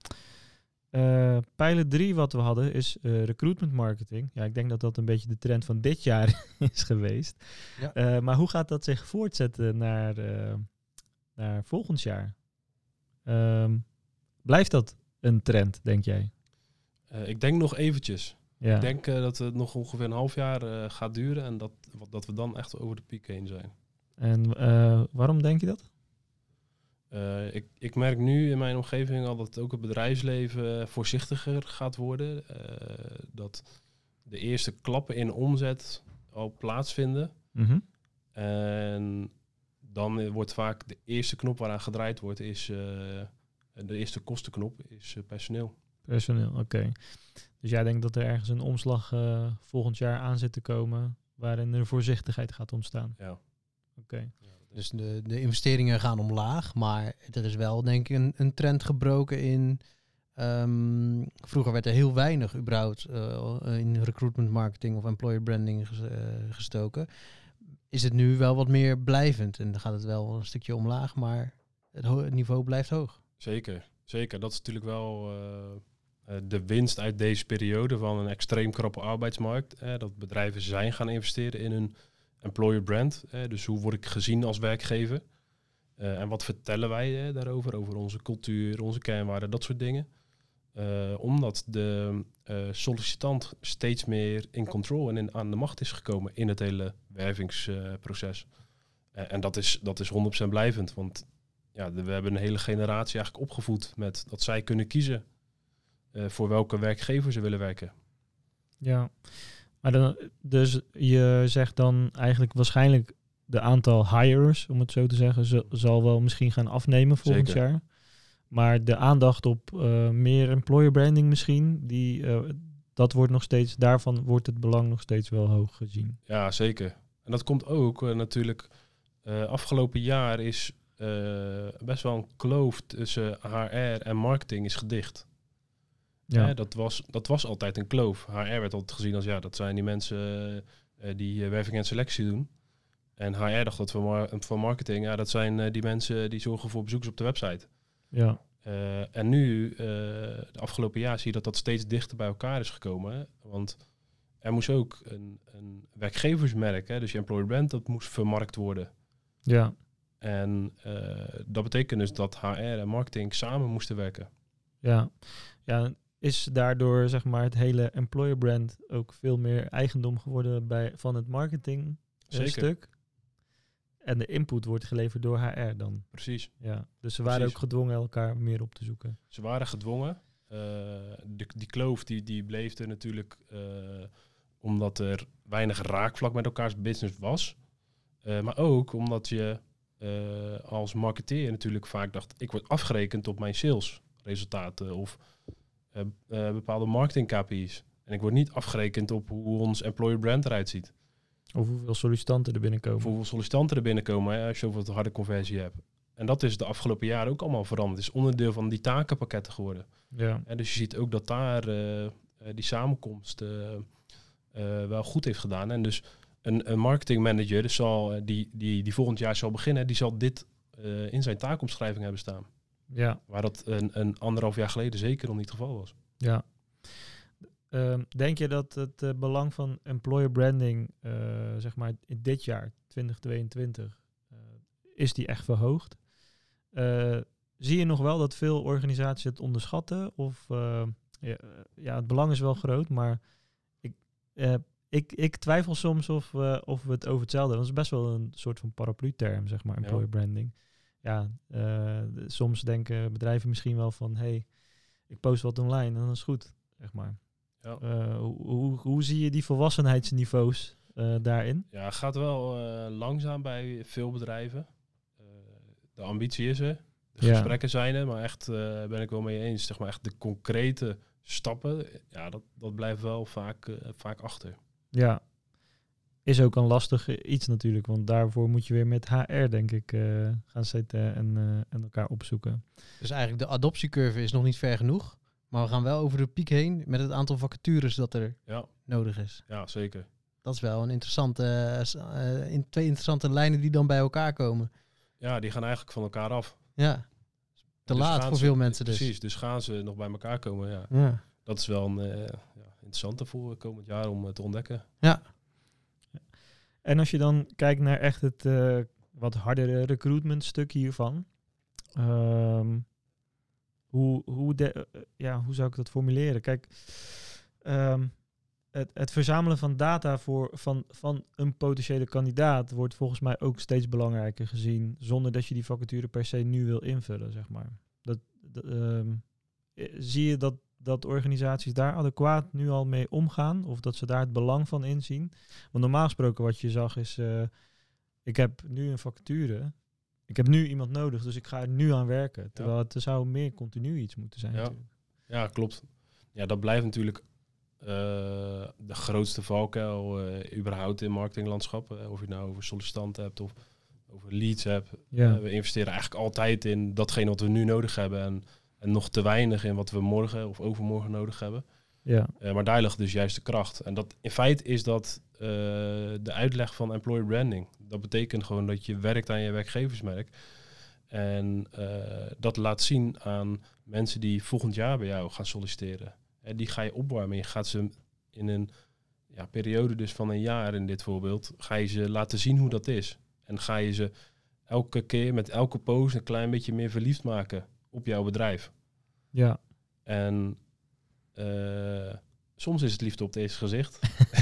Uh, pijler drie wat we hadden is uh, recruitment marketing. Ja, ik denk dat dat een beetje de trend van dit jaar is geweest. Ja. Uh, maar hoe gaat dat zich voortzetten naar, uh, naar volgend jaar? Um, blijft dat een trend, denk jij? Uh, ik denk nog eventjes. Ja. Ik denk uh, dat het nog ongeveer een half jaar uh, gaat duren en dat, dat we dan echt over de piek heen zijn. En uh, waarom denk je dat? Uh, ik, ik merk nu in mijn omgeving al dat ook het bedrijfsleven voorzichtiger gaat worden. Uh, dat de eerste klappen in omzet al plaatsvinden. Mm-hmm. En dan wordt vaak de eerste knop waaraan gedraaid wordt, is uh, de eerste kostenknop, is uh, personeel. Personeel, oké. Okay. Dus jij denkt dat er ergens een omslag uh, volgend jaar aan zit te komen waarin er voorzichtigheid gaat ontstaan? Ja. Oké. Okay. Ja, dus de, de investeringen gaan omlaag, maar er is wel denk ik een, een trend gebroken in... Um, vroeger werd er heel weinig überhaupt uh, in recruitment marketing of employer branding ges, uh, gestoken. Is het nu wel wat meer blijvend en dan gaat het wel een stukje omlaag, maar het, ho- het niveau blijft hoog. Zeker, zeker. Dat is natuurlijk wel uh, de winst uit deze periode van een extreem krappe arbeidsmarkt. Eh, dat bedrijven zijn gaan investeren in hun employer brand. Eh, dus hoe word ik gezien als werkgever? Uh, en wat vertellen wij eh, daarover? Over onze cultuur, onze kernwaarden, dat soort dingen. Uh, omdat de uh, sollicitant steeds meer in control en in, aan de macht is gekomen in het hele wervingsproces. Uh, uh, en dat is, dat is honderd procent blijvend. Want ja, de, we hebben een hele generatie eigenlijk opgevoed met dat zij kunnen kiezen uh, voor welke werkgever ze willen werken. Ja, maar dan, dus je zegt dan eigenlijk waarschijnlijk de aantal hires, om het zo te zeggen, z- zal wel misschien gaan afnemen volgend Zeker. jaar. Maar de aandacht op uh, meer employer branding misschien, die, uh, dat wordt nog steeds, daarvan wordt het belang nog steeds wel hoog gezien. Ja, zeker. En dat komt ook uh, natuurlijk, uh, afgelopen jaar is uh, best wel een kloof tussen H R en marketing is gedicht. Ja. Ja, dat, was, dat was altijd een kloof. H R werd altijd gezien als, ja, dat zijn die mensen uh, die uh, werving en selectie doen. En H R dacht dat van, mar- van marketing, ja, dat zijn uh, die mensen die zorgen voor bezoekers op de website. Ja. Uh, en nu, uh, de afgelopen jaar, zie je dat dat steeds dichter bij elkaar is gekomen. Hè? Want er moest ook een, een werkgeversmerk, hè? Dus je employer brand, dat moest vermarkt worden. Ja. En uh, dat betekent dus dat H R en marketing samen moesten werken. Ja. Ja, is daardoor zeg maar het hele employer brand ook veel meer eigendom geworden bij, van het marketing uh, stuk? En de input wordt geleverd door H R dan. Precies. Ja, dus ze waren Precies. ook gedwongen elkaar meer op te zoeken. Ze waren gedwongen. Uh, de, die kloof die, die bleef er natuurlijk uh, omdat er weinig raakvlak met elkaars business was. Uh, maar ook omdat je uh, als marketeer natuurlijk vaak dacht, ik word afgerekend op mijn salesresultaten of uh, uh, bepaalde marketing K P I's. En ik word niet afgerekend op hoe ons employer brand eruit ziet. Of hoeveel sollicitanten er binnenkomen. Of hoeveel sollicitanten er binnenkomen, hè, als je over het harde conversie hebt. En dat is de afgelopen jaren ook allemaal veranderd. Het is onderdeel van die takenpakketten geworden. Ja. En dus je ziet ook dat daar uh, die samenkomst uh, uh, wel goed heeft gedaan. En dus een, een marketingmanager dus zal, uh, die, die, die volgend jaar zal beginnen, die zal dit uh, in zijn taakomschrijving hebben staan. Ja. Waar dat een, een anderhalf jaar geleden zeker nog niet het geval was. Ja. Uh, denk je dat het uh, belang van employer branding, uh, zeg maar in dit jaar, twintig tweeëntwintig, uh, is die echt verhoogd? Uh, zie je nog wel dat veel organisaties het onderschatten? Of uh, ja, ja, het belang is wel groot, maar ik, uh, ik, ik twijfel soms of, uh, of we het over hetzelfde. Dat is best wel een soort van paraplu-term, zeg maar, employer ja. branding. Ja, uh, soms denken bedrijven misschien wel van, hey, ik post wat online en dat is goed, zeg maar. Ja. Uh, hoe, hoe, hoe zie je die volwassenheidsniveaus uh, daarin? Ja, het gaat wel uh, langzaam bij veel bedrijven. Uh, de ambitie is er, de ja. gesprekken zijn er, maar echt uh, ben ik wel mee eens. Zeg maar echt de concrete stappen, ja, dat, dat blijft wel vaak, uh, vaak achter. Ja, is ook een lastig iets natuurlijk, want daarvoor moet je weer met H R, denk ik, uh, gaan zitten en, uh, en elkaar opzoeken. Dus eigenlijk de adoptiecurve is nog niet ver genoeg. Maar we gaan wel over de piek heen met het aantal vacatures dat er ja. nodig is. Ja, zeker. Dat is wel een interessante, uh, in twee interessante lijnen die dan bij elkaar komen. Ja, die gaan eigenlijk van elkaar af. Ja, te dus laat voor ze, veel mensen dus. Precies, dus gaan ze nog bij elkaar komen. Ja. ja. Dat is wel een uh, ja, interessante voor komend jaar om uh, te ontdekken. Ja. En als je dan kijkt naar echt het uh, wat hardere recruitment stuk hiervan. Um, Hoe, hoe, de, uh, ja, hoe zou ik dat formuleren? Kijk, um, het, het verzamelen van data voor, van, van een potentiële kandidaat wordt volgens mij ook steeds belangrijker gezien, zonder dat je die vacature per se nu wil invullen, zeg maar. Dat, dat, um, zie je dat, dat organisaties daar adequaat nu al mee omgaan, of dat ze daar het belang van inzien? Want normaal gesproken wat je zag is, uh, ik heb nu een vacature. Ik heb nu iemand nodig, dus ik ga er nu aan werken. Terwijl ja. het zou meer continu iets moeten zijn. Ja, natuurlijk. Ja, klopt. Ja, dat blijft natuurlijk uh, de grootste valkuil uh, überhaupt in marketinglandschap. Uh, of je het nou over sollicitanten hebt of over leads hebt. Ja. Uh, we investeren eigenlijk altijd in datgene wat we nu nodig hebben. En, en nog te weinig in wat we morgen of overmorgen nodig hebben. Ja. Uh, maar daar ligt dus juist de kracht. En dat, in feite is dat uh, de uitleg van employer branding. Dat betekent gewoon dat je werkt aan je werkgeversmerk. En uh, dat laat zien aan mensen die volgend jaar bij jou gaan solliciteren. En die ga je opwarmen. Je gaat ze in een ja, periode dus van een jaar in dit voorbeeld, ga je ze laten zien hoe dat is. En ga je ze elke keer met elke post een klein beetje meer verliefd maken op jouw bedrijf. Ja. En uh, soms is het liefde op het eerste gezicht.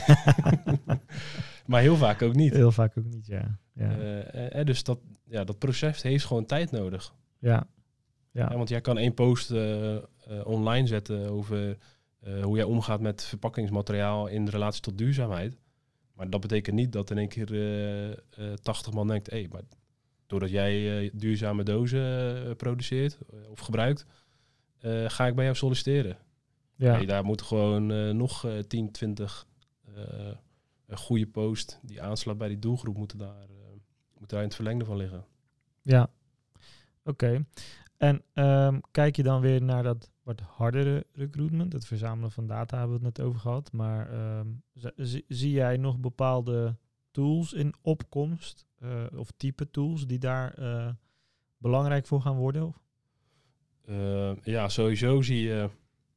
Maar heel vaak ook niet. Heel vaak ook niet, ja. ja. Uh, uh, dus dat, ja, dat proces heeft gewoon tijd nodig. Ja. Ja. Ja, want jij kan één post uh, uh, online zetten over uh, hoe jij omgaat met verpakkingsmateriaal in relatie tot duurzaamheid. Maar dat betekent niet dat in één keer uh, uh, tachtig man denkt, hé, hey, maar doordat jij uh, duurzame dozen uh, produceert uh, of gebruikt, uh, ga ik bij jou solliciteren. Ja. Nee, daar moeten gewoon uh, nog uh, tien, twintig uh, een goede post die aanslaat bij die doelgroep moeten daar, uh, moeten daar in het verlengde van liggen. Ja, oké. Okay. En um, kijk je dan weer naar dat wat hardere recruitment, het verzamelen van data hebben we het net over gehad, maar um, zie, zie jij nog bepaalde tools in opkomst uh, of type tools die daar uh, belangrijk voor gaan worden? Of? Uh, ja, sowieso zie je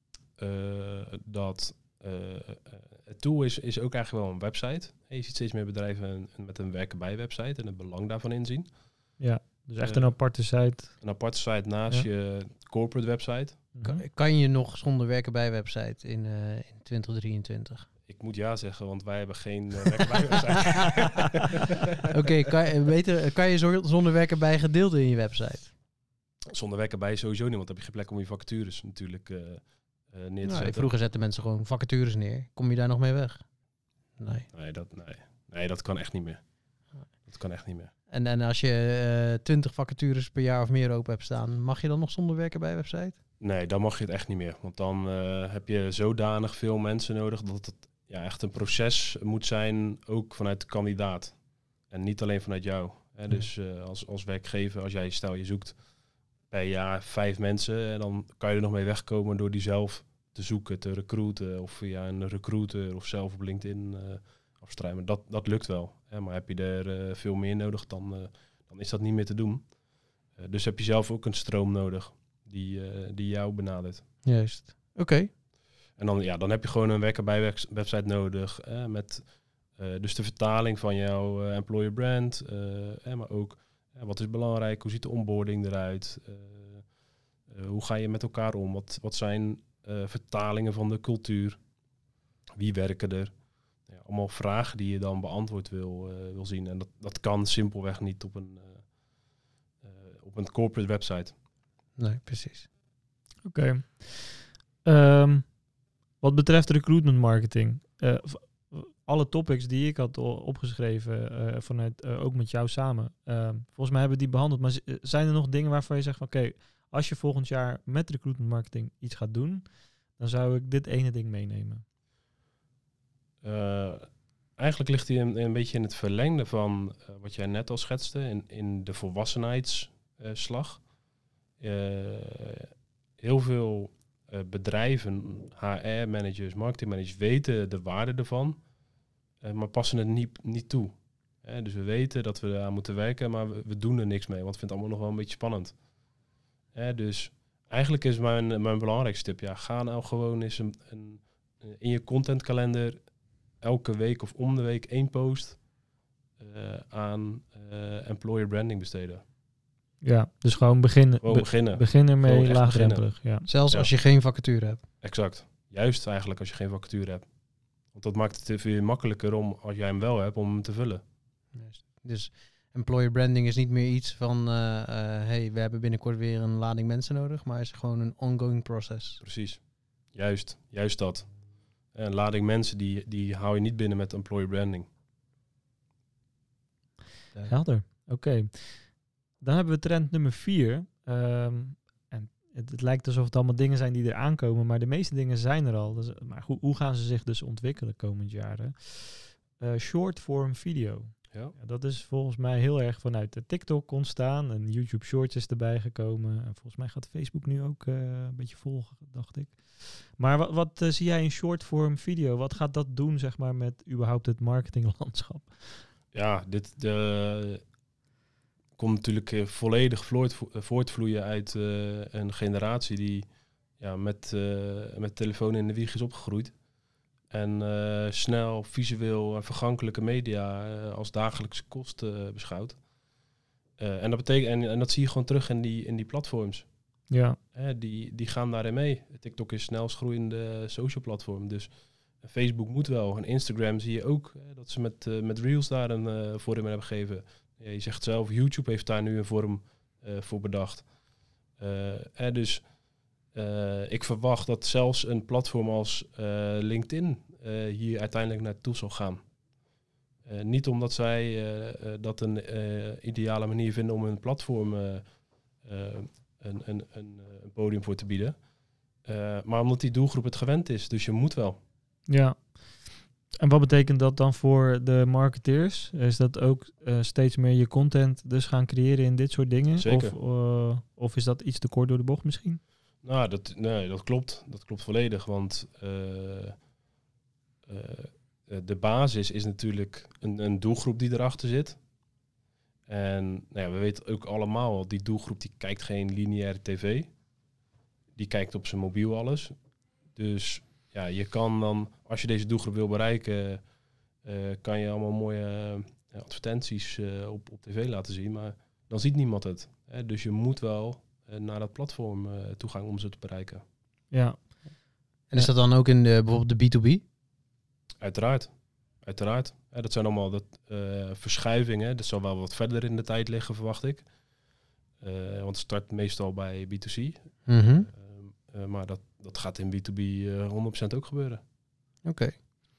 uh, dat uh, het tool is, is ook eigenlijk wel een website. Je ziet steeds meer bedrijven een, met een werken bij website en het belang daarvan inzien. Ja. Dus echt een aparte site. Een aparte site naast ja. je corporate website. Kan, kan je nog zonder werken bij website in, uh, in twintig drieëntwintig? Ik moet ja zeggen, want wij hebben geen uh, werken bij website. Oké, okay, kan, beter, kan je zonder werken bij gedeelte in je website? Zonder werken bij sowieso niet, want dan heb je geen plek om je vacatures natuurlijk uh, uh, neer te nou, zetten. Vroeger zetten mensen gewoon vacatures neer. Kom je daar nog mee weg? Nee. Nee, dat, nee. nee, dat kan echt niet meer. Dat kan echt niet meer. En, en als je twintig uh, vacatures per jaar of meer open hebt staan, mag je dan nog zonder werken bij website? Nee, dan mag je het echt niet meer. Want dan uh, heb je zodanig veel mensen nodig dat het ja, echt een proces moet zijn, ook vanuit de kandidaat. En niet alleen vanuit jou. Hè. Dus uh, als, als werkgever, als jij stel je zoekt per jaar vijf mensen, en dan kan je er nog mee wegkomen door die zelf te zoeken, te recruiten, of via een recruiter of zelf op LinkedIn uh, afstruimen. Dat, dat lukt wel. Hè. Maar heb je er uh, veel meer nodig, dan, uh, dan is dat niet meer te doen. Uh, dus heb je zelf ook een stroom nodig die, uh, die jou benadert. Juist. Oké. Okay. En dan, ja, dan heb je gewoon een werken bij website nodig. Eh, met uh, dus de vertaling van jouw uh, employer brand. Uh, eh, maar ook uh, wat is belangrijk? Hoe ziet de onboarding eruit? Uh, uh, hoe ga je met elkaar om? Wat, wat zijn uh, vertalingen van de cultuur? Wie werken er? Ja, allemaal vragen die je dan beantwoord wil, uh, wil zien. En dat, dat kan simpelweg niet op een, uh, uh, op een corporate website. Nee, precies. Oké. Okay. Um, wat betreft recruitment marketing, uh, alle topics die ik had opgeschreven, uh, vanuit uh, ook met jou samen, uh, volgens mij hebben we die behandeld. Maar z- zijn er nog dingen waarvan je zegt van oké, okay, als je volgend jaar met recruitment marketing iets gaat doen, dan zou ik dit ene ding meenemen? Uh, eigenlijk ligt hij een, een beetje in het verlengde van uh, wat jij net al schetste, in, in de volwassenheidsslag. Uh, heel veel uh, bedrijven, H R-managers, marketingmanagers weten de waarde ervan, uh, maar passen het niet, niet toe. Uh, dus we weten dat we eraan moeten werken, maar we, we doen er niks mee, want we vinden het allemaal nog wel een beetje spannend. Uh, dus eigenlijk is mijn, mijn belangrijkste tip, ja, ga nou gewoon eens een, een, in je contentkalender elke week of om de week één post uh, aan uh, employer branding besteden. Ja, dus gewoon beginnen. Gewoon beginnen. Begin ermee, laagdrempelig. Ja. Zelfs ja. als je geen vacature hebt. Exact. Juist eigenlijk als je geen vacature hebt. Want dat maakt het veel makkelijker om, als jij hem wel hebt, om hem te vullen. Juist. Dus employer branding is niet meer iets van, uh, uh, hey, we hebben binnenkort weer een lading mensen nodig, maar is gewoon een ongoing process. Precies. Juist. Juist dat. Een lading mensen, die, die hou je niet binnen met employer branding. Helder. Oké. Okay. Dan hebben we trend nummer vier. Um, en het, het lijkt alsof het allemaal dingen zijn die er aankomen, maar de meeste dingen zijn er al. Dus, maar hoe, hoe gaan ze zich dus ontwikkelen komend jaren? Uh, short form video. Ja. Ja, dat is volgens mij heel erg vanuit de TikTok ontstaan en YouTube Shorts is erbij gekomen. En volgens mij gaat Facebook nu ook uh, een beetje volgen, dacht ik. Maar wat, wat uh, zie jij in short form video? Wat gaat dat doen, zeg maar, met überhaupt het marketinglandschap? Ja, dit de, komt natuurlijk uh, volledig voort, voortvloeien uit uh, een generatie die ja, met, uh, met telefoon in de wieg is opgegroeid. En uh, snel, visueel en vergankelijke media uh, als dagelijkse kost uh, beschouwt. Uh, en, dat betekent, en, en dat zie je gewoon terug in die, in die platforms. Ja. Uh, die, die gaan daarin mee. TikTok is snelst groeiende social platform. Dus uh, Facebook moet wel. En Instagram zie je ook uh, dat ze met, uh, met Reels daar een uh, vorm in hebben gegeven. Ja, je zegt zelf, YouTube heeft daar nu een vorm uh, voor bedacht. Uh, uh, dus... Uh, ik verwacht dat zelfs een platform als uh, LinkedIn uh, hier uiteindelijk naartoe zal gaan. Uh, niet omdat zij uh, uh, dat een uh, ideale manier vinden om hun platform uh, uh, een, een, een, een podium voor te bieden. Uh, maar omdat die doelgroep het gewend is. Dus je moet wel. Ja. En wat betekent dat dan voor de marketeers? Is dat ook uh, steeds meer je content dus gaan creëren in dit soort dingen? Zeker. Of, uh, of is dat iets te kort door de bocht misschien? Nou, dat, nee, dat klopt. Dat klopt volledig. Want uh, uh, de basis is natuurlijk een, een doelgroep die erachter zit. En nou ja, we weten ook allemaal, die doelgroep die kijkt geen lineaire tv. Die kijkt op zijn mobiel alles. Dus ja, je kan dan, als je deze doelgroep wil bereiken, uh, kan je allemaal mooie uh, advertenties uh, op, op tv laten zien. Maar dan ziet niemand het. Hè? Dus je moet wel naar dat platform uh, toegang om ze te bereiken. Ja. En is dat dan ook in de, bijvoorbeeld de B twee B? Uiteraard. Uiteraard. Ja, dat zijn allemaal dat, uh, verschuivingen. Dat zal wel wat verder in de tijd liggen, verwacht ik. Uh, want het start meestal bij B twee C. Mm-hmm. Uh, uh, maar dat, dat gaat in B twee B uh, honderd procent ook gebeuren. Oké. Okay.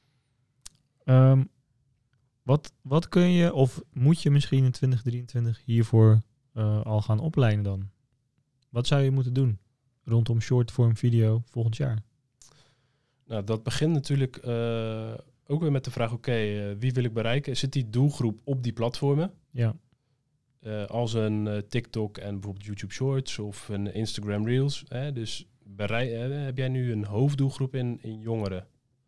Um, wat, wat kun je, of moet je misschien in twintig drieëntwintig hiervoor uh, al gaan opleiden dan? Wat zou je moeten doen rondom short-form video volgend jaar? Nou, dat begint natuurlijk uh, ook weer met de vraag, oké, okay, uh, wie wil ik bereiken? Zit die doelgroep op die platformen? Ja. Uh, als een uh, TikTok en bijvoorbeeld YouTube Shorts of een Instagram Reels. Hè? Dus berei- uh, heb jij nu een hoofddoelgroep in, in jongeren?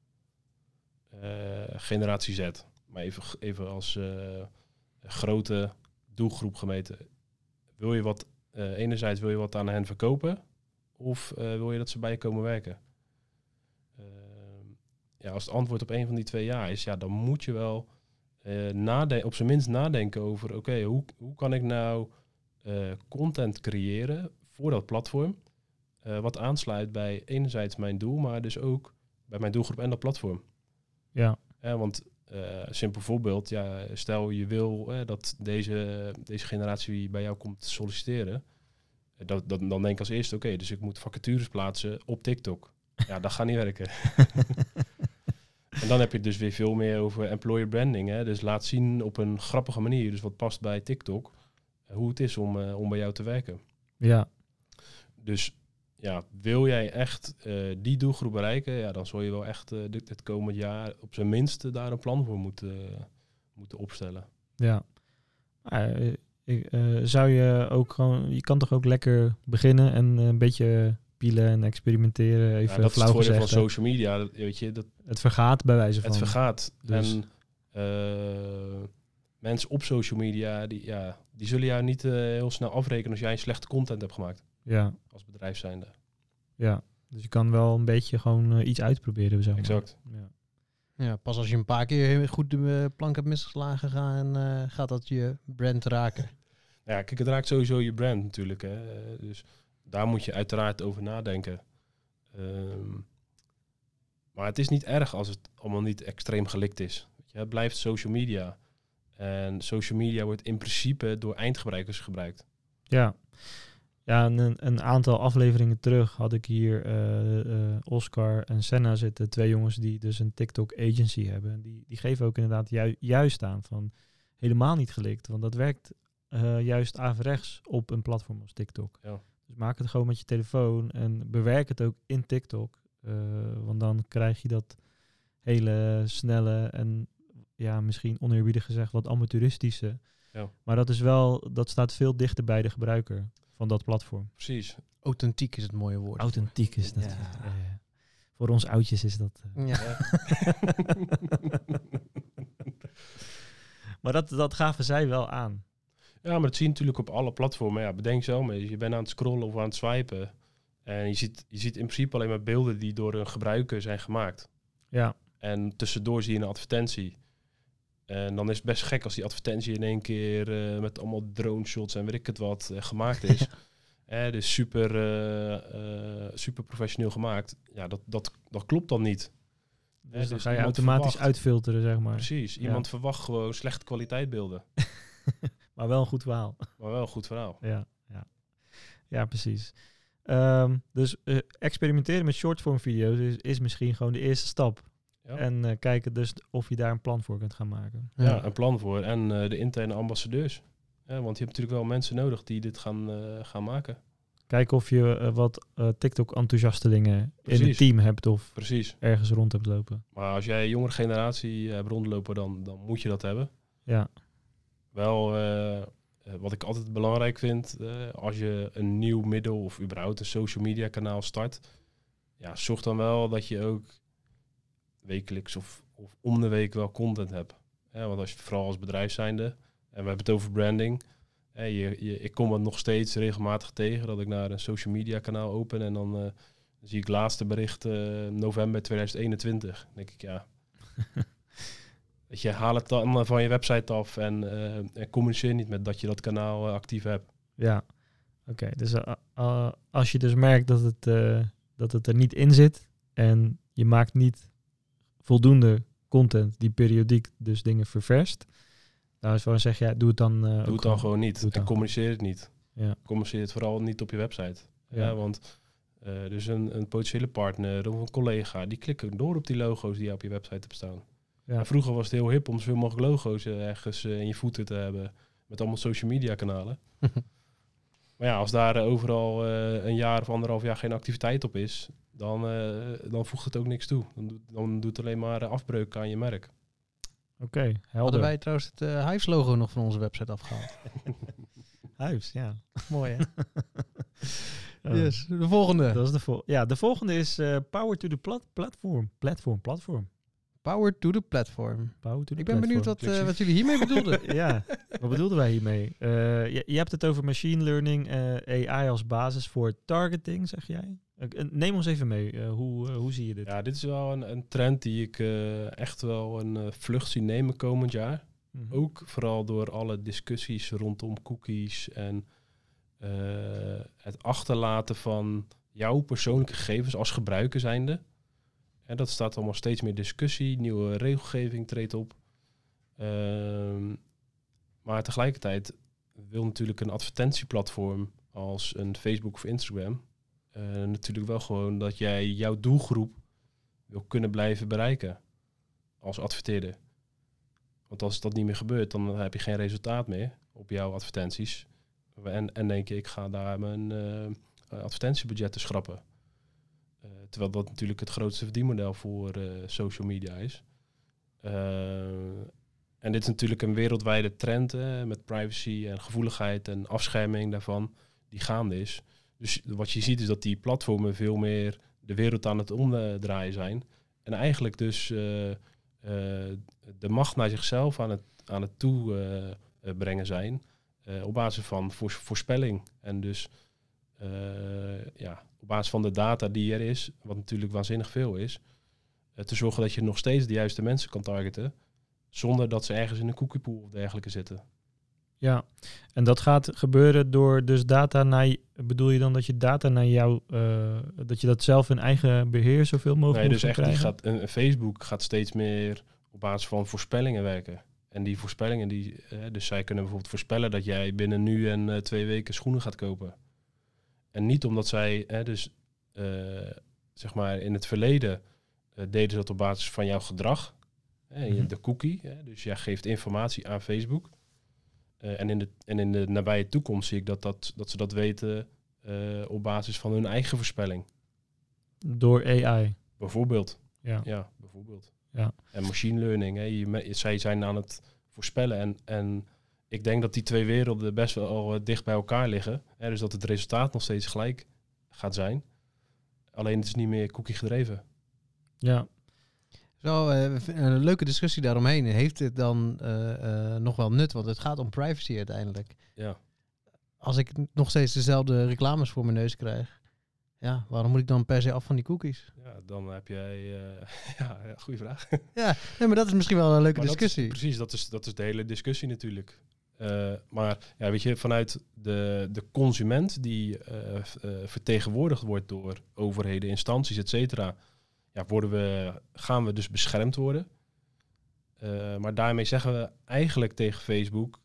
Uh, generatie Z. Maar even, even als uh, grote doelgroep gemeten. Wil je wat... Uh, enerzijds wil je wat aan hen verkopen of uh, wil je dat ze bij je komen werken? Uh, ja, als het antwoord op een van die twee ja is, ja, dan moet je wel uh, naden- op zijn minst nadenken over, oké, okay, hoe, hoe kan ik nou uh, content creëren voor dat platform, uh, wat aansluit bij enerzijds mijn doel, maar dus ook bij mijn doelgroep en dat platform. Ja. Uh, want Uh, simpel voorbeeld, ja, stel je wil uh, dat deze, deze generatie bij jou komt solliciteren, uh, dat, dat, dan denk ik als eerste, oké, okay, dus ik moet vacatures plaatsen op TikTok. Ja, dat gaat niet werken. En dan heb je dus weer veel meer over employer branding. Hè? Dus laat zien op een grappige manier, dus wat past bij TikTok, uh, hoe het is om, uh, om bij jou te werken. Ja. Dus ja, wil jij echt uh, die doelgroep bereiken, ja, dan zul je wel echt uh, dit, dit komend jaar op zijn minst uh, daar een plan voor moeten, uh, moeten opstellen. Ja. Uh, ik, uh, zou je ook gewoon, je kan toch ook lekker beginnen en uh, een beetje pielen en experimenteren, even ja, dat flauw is het voordeel gezegd, van social media, dat, weet je, dat het vergaat bij wijze van. Het vergaat. Dus. En uh, mensen op social media, die, ja, die zullen jou niet uh, heel snel afrekenen als jij een slechte content hebt gemaakt. Ja. Als bedrijf zijnde. Ja, dus je kan wel een beetje gewoon uh, iets uitproberen. Zeg maar. Exact. Ja. Ja, pas als je een paar keer goed de uh, plank hebt misgeslagen, gaan, uh, gaat dat je brand raken. Ja, kijk, het raakt sowieso je brand natuurlijk. Hè. Uh, dus daar moet je uiteraard over nadenken. Um, maar het is niet erg als het allemaal niet extreem gelikt is. Weet je, het blijft social media. En social media wordt in principe door eindgebruikers gebruikt. Ja. Ja, een, een aantal afleveringen terug had ik hier uh, uh, Oscar en Senna zitten. Twee jongens die dus een TikTok agency hebben. Die, die geven ook inderdaad ju- juist aan van helemaal niet gelikt. Want dat werkt uh, juist averechts op een platform als TikTok. Ja. Dus maak het gewoon met je telefoon en bewerk het ook in TikTok. Uh, want dan krijg je dat hele snelle en ja, misschien oneerbiedig gezegd wat amateuristische. Ja. Maar dat is wel, dat staat veel dichter bij de gebruiker van dat platform. Precies. Authentiek is het mooie woord. Authentiek is dat. Ja. Ja. Uh, voor ons oudjes is dat. Uh. Ja. Maar dat, dat gaven zij wel aan. Ja, maar dat zie je natuurlijk op alle platformen. Ja, bedenk zo maar. Je bent aan het scrollen of aan het swipen. En je ziet, je ziet in principe alleen maar beelden die door een gebruiker zijn gemaakt. Ja. En tussendoor zie je een advertentie. En dan is het best gek als die advertentie in één keer uh, met allemaal drone shots en weet ik het wat uh, gemaakt is. eh, dus super, uh, uh, super professioneel gemaakt. Ja, dat, dat, dat klopt dan niet. Dus eh, dan dus ga je iemand automatisch verwacht, uitfilteren, zeg maar. Precies. Iemand ja. verwacht gewoon slechte kwaliteit beelden. Maar wel een goed verhaal. Maar wel een goed verhaal. Ja, ja. Ja, precies. Um, dus uh, experimenteren met shortform video's is, is misschien gewoon de eerste stap. Ja. En uh, kijken dus of je daar een plan voor kunt gaan maken. Ja, ja een plan voor. En uh, de interne ambassadeurs. Ja, want je hebt natuurlijk wel mensen nodig die dit gaan, uh, gaan maken. Kijken of je uh, wat uh, TikTok-enthousiastelingen in het team hebt of Precies. ergens rond hebt lopen. Maar als jij jongere generatie hebt rondlopen, dan, dan moet je dat hebben. Ja. Wel, uh, wat ik altijd belangrijk vind, uh, als je een nieuw middel of überhaupt een social media kanaal start, ja, zorg dan wel dat je ook wekelijks of, of om de week wel content hebt. Ja, want als je vooral als bedrijf zijnde, en we hebben het over branding, ja, je, je, ik kom het nog steeds regelmatig tegen dat ik naar een social media kanaal open en dan, uh, dan zie ik laatste bericht uh, november tweeduizend eenentwintig. Dan denk ik, ja... Dat je haal het dan van je website af en, uh, en communiceer niet met dat je dat kanaal uh, actief hebt. Ja, oké. Okay, dus uh, uh, als je dus merkt dat het, uh, dat het er niet in zit en je maakt niet voldoende content die periodiek dus dingen ververst, dan is gewoon zeg je, ja, doe het dan uh, Doe ook het dan gewoon niet en dan. communiceer het niet. Ja. Communiceer het vooral niet op je website. Ja. Ja, want uh, dus een, een potentiële partner of een collega, die klikken door op die logo's die je op je website hebt staan. Ja. Vroeger was het heel hip om zoveel mogelijk logo's uh, ergens uh, in je voeten te hebben. Met allemaal social media kanalen. Maar ja, als daar uh, overal uh, een jaar of anderhalf jaar geen activiteit op is, dan, uh, dan voegt het ook niks toe. Dan, doet, dan doet het alleen maar uh, afbreuk aan je merk. Oké, okay, helder. Hadden wij trouwens het uh, Hives logo nog van onze website afgehaald? Hives, ja. Mooi hè? Yes, de volgende. Dat is de vol- ja, de volgende is uh, Power to the plat- platform. Platform, platform. Power to the platform. Power to the Ik ben platform. benieuwd wat, uh, wat jullie hiermee bedoelden. Ja, wat bedoelden wij hiermee? Uh, je, je hebt het over machine learning, uh, A I als basis voor targeting, zeg jij? Uh, neem ons even mee. Uh, hoe, uh, hoe zie je dit? Ja, dit is wel een, een trend die ik uh, echt wel een uh, vlucht zie nemen komend jaar. Mm-hmm. Ook vooral door alle discussies rondom cookies en uh, het achterlaten van jouw persoonlijke gegevens als gebruiker zijnde. En dat staat allemaal steeds meer discussie, nieuwe regelgeving treedt op. Um, maar tegelijkertijd wil natuurlijk een advertentieplatform als een Facebook of Instagram uh, natuurlijk wel gewoon dat jij jouw doelgroep wil kunnen blijven bereiken als adverteerder. Want als dat niet meer gebeurt, dan heb je geen resultaat meer op jouw advertenties. En, en denk je, ik ga daar mijn uh, advertentiebudgetten schrappen. Uh, terwijl dat natuurlijk het grootste verdienmodel voor uh, social media is. Uh, en dit is natuurlijk een wereldwijde trend uh, met privacy en gevoeligheid en afscherming daarvan die gaande is. Dus wat je ziet is dat die platformen veel meer de wereld aan het omdraaien zijn. En eigenlijk dus uh, uh, de macht naar zichzelf aan het, aan het toebrengen uh, zijn. Uh, op basis van voors- voorspelling. En dus uh, ja, op basis van de data die er is, wat natuurlijk waanzinnig veel is, uh, te zorgen dat je nog steeds de juiste mensen kan targeten, zonder dat ze ergens in een cookiepool of dergelijke zitten. Ja, en dat gaat gebeuren door dus data naar, bedoel je dan dat je data naar jou, uh, dat je dat zelf in eigen beheer zoveel mogelijk nee, dus moet echt krijgen? Die gaat, een, een Facebook gaat steeds meer op basis van voorspellingen werken. En die voorspellingen, die, uh, dus zij kunnen bijvoorbeeld voorspellen dat jij binnen nu en uh, twee weken schoenen gaat kopen. En niet omdat zij, uh, dus uh, zeg maar in het verleden uh, deden ze dat op basis van jouw gedrag. Uh, mm-hmm. De cookie, uh, dus jij geeft informatie aan Facebook. Uh, en, in de, en in de nabije toekomst zie ik dat, dat, dat ze dat weten uh, op basis van hun eigen voorspelling. Door A I. Bijvoorbeeld. Ja. Ja, bijvoorbeeld. Ja. En machine learning. Hè, je, zij zijn aan het voorspellen. En, en ik denk dat die twee werelden best wel al dicht bij elkaar liggen. Hè, dus dat het resultaat nog steeds gelijk gaat zijn. Alleen het is niet meer cookie gedreven. Ja. Zo, uh, een leuke discussie daaromheen. Heeft dit dan uh, uh, nog wel nut? Want het gaat om privacy uiteindelijk. Ja. Als ik nog steeds dezelfde reclames voor mijn neus krijg, ja, waarom moet ik dan per se af van die cookies? Ja, dan heb jij... Uh, ja, ja, goede vraag. Ja, nee, maar dat is misschien wel een leuke maar discussie. Dat is, precies, dat is, dat is de hele discussie natuurlijk. Uh, maar ja, weet je, vanuit de, de consument die uh, uh, vertegenwoordigd wordt door overheden, instanties, et cetera, ja, worden we, gaan we dus beschermd worden. Uh, maar daarmee zeggen we eigenlijk tegen Facebook,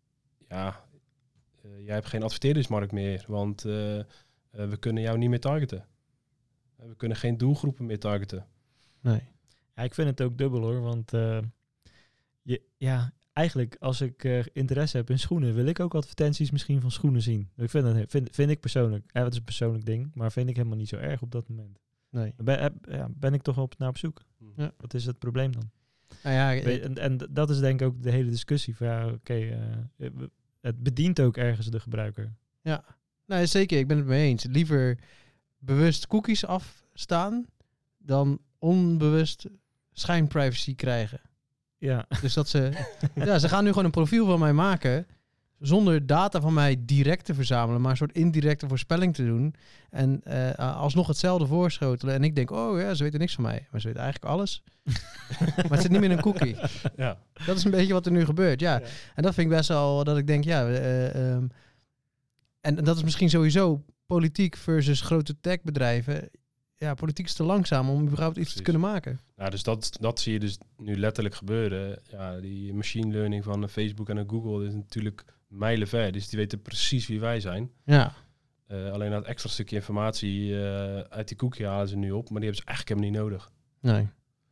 ja, uh, jij hebt geen adverteerdersmarkt meer, want uh, uh, we kunnen jou niet meer targeten. Uh, we kunnen geen doelgroepen meer targeten. Nee. Ja, ik vind het ook dubbel hoor, want uh, je, ja, eigenlijk als ik uh, interesse heb in schoenen, wil ik ook advertenties misschien van schoenen zien. Ik vind, het, vind, vind ik persoonlijk, ja, het is een persoonlijk ding, maar vind ik helemaal niet zo erg op dat moment. Nee. Ben, ja, ben ik toch op, naar op zoek. Ja. Wat is het probleem dan? Nou ja, en, en dat is denk ik ook de hele discussie. Van, ja, oké, okay, uh, het bedient ook ergens de gebruiker. Ja, nou, zeker. Ik ben het mee eens. Liever bewust cookies afstaan dan onbewust schijnprivacy krijgen. Ja. Dus dat ze... ja, ze gaan nu gewoon een profiel van mij maken zonder data van mij direct te verzamelen, maar een soort indirecte voorspelling te doen. En uh, alsnog hetzelfde voorschotelen. En ik denk, oh ja, ze weten niks van mij. Maar ze weten eigenlijk alles. Maar het zit niet meer in een cookie. Ja. Dat is een beetje wat er nu gebeurt, ja. ja. En dat vind ik best wel, dat ik denk, ja... Uh, um, en dat is misschien sowieso politiek versus grote techbedrijven. Ja, politiek is te langzaam om überhaupt iets Precies. te kunnen maken. Nou, dus dat, dat zie je dus nu letterlijk gebeuren. Ja, die machine learning van Facebook en Google is natuurlijk mijlenver. Dus die weten precies wie wij zijn. Ja. Uh, alleen dat extra stukje informatie uh, uit die cookie halen ze nu op, maar die hebben ze eigenlijk helemaal niet nodig. Nee.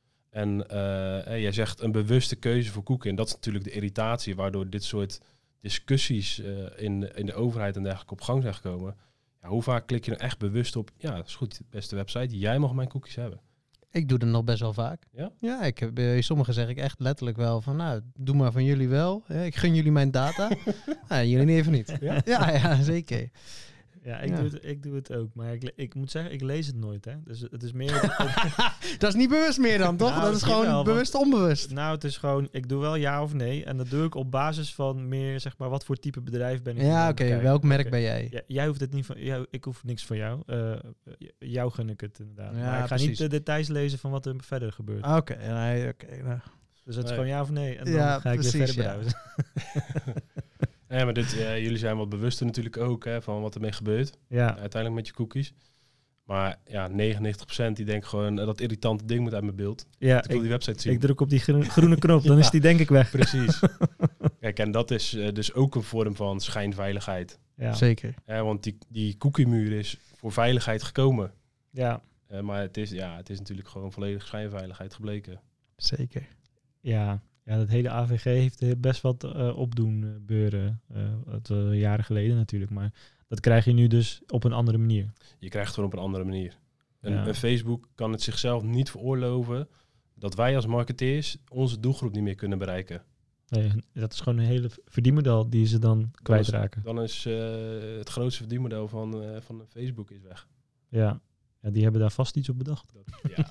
En uh, hey, jij zegt een bewuste keuze voor cookie. En dat is natuurlijk de irritatie waardoor dit soort discussies uh, in, in de overheid en dergelijke op gang zijn gekomen. Ja, hoe vaak klik je nou echt bewust op, ja, dat is goed, de beste website, jij mag mijn cookies hebben. Ik doe dat nog best wel vaak. Ja? Ja, ik heb, bij sommigen zeg ik echt letterlijk wel van, nou, doe maar van jullie wel. Ik gun jullie mijn data. nou, jullie niet even niet. Ja, ja, ja zeker. Ja, ik, ja. Doe het, ik doe het ook. Maar ik, ik moet zeggen, ik lees het nooit. Hè. Dus het is meer... dat is niet bewust meer dan, toch? Nou, dat is gewoon wel, bewust want, onbewust. Nou, het is gewoon, ik doe wel ja of nee. En dat doe ik op basis van meer, zeg maar, wat voor type bedrijf ben ik. Ja, oké. Okay, welk merk okay. ben jij? Ja, jij hoeft het niet van... Jou, ik hoef niks van jou. Uh, jou gun ik het inderdaad. Ja, maar ik ga precies. niet de details lezen van wat er verder gebeurt. Oké, okay, nee, oké. Okay, nou. Dus het is nee. gewoon ja of nee. En dan ja, ga ik precies, weer verder browsen. Ja. Ja, maar dit, uh, jullie zijn wat bewuster natuurlijk ook hè, van wat ermee gebeurt. Ja. Uiteindelijk met je cookies. Maar ja, negenennegentig procent die denkt gewoon uh, dat irritante ding moet uit mijn beeld. Ja, ik wil ik, die website zien. Ik druk op die groene, groene knop, dan ja. is die denk ik weg. Precies. Kijk, en dat is uh, dus ook een vorm van schijnveiligheid. Ja. Zeker. Ja, want die, die cookiemuur is voor veiligheid gekomen. Ja. Uh, maar het is, ja, het is natuurlijk gewoon volledig schijnveiligheid gebleken. Zeker. Ja. Ja, dat hele A V G heeft best wat uh, opdoen uh, beuren. Uh, het, uh, jaren geleden natuurlijk. Maar dat krijg je nu dus op een andere manier. Je krijgt het gewoon op een andere manier. Een, ja. een Facebook kan het zichzelf niet veroorloven dat wij als marketeers onze doelgroep niet meer kunnen bereiken. Nee, dat is gewoon een hele verdienmodel die ze dan kwijtraken. Dan is, dan is uh, het grootste verdienmodel van, uh, van Facebook is weg. Ja. Ja, die hebben daar vast iets op bedacht. Dat, ja.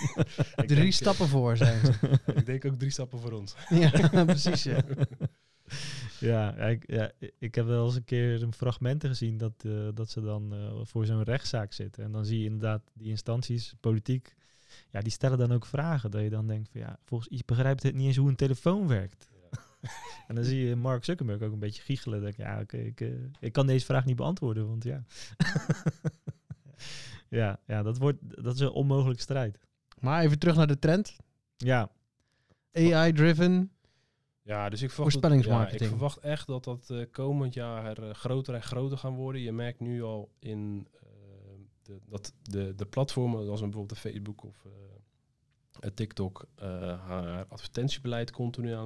drie denk, stappen voor zijn ze. Ik denk ook drie stappen voor ons. Ja, precies. Ja, ja, ik, ja, ik heb wel eens een keer een fragmenten gezien dat, uh, dat ze dan uh, voor zo'n rechtszaak zitten. En dan zie je inderdaad die instanties, politiek, ja, die stellen dan ook vragen. Dat je dan denkt van ja, volgens iets begrijpt het niet eens hoe een telefoon werkt. Ja. En dan zie je Mark Zuckerberg ook een beetje giechelen. Dat ik, ja, okay, ik, uh, ik kan deze vraag niet beantwoorden, want ja... Ja, ja dat, wordt, dat is een onmogelijke strijd. Maar even terug naar de trend. Ja. A I-driven ja, dus ik verwacht, voorspellingsmarketing. Ja, ik verwacht echt dat dat uh, komend jaar uh, groter en groter gaan worden. Je merkt nu al in uh, de, dat de, de platformen, zoals bijvoorbeeld de Facebook of uh, TikTok, uh, haar advertentiebeleid continu aan het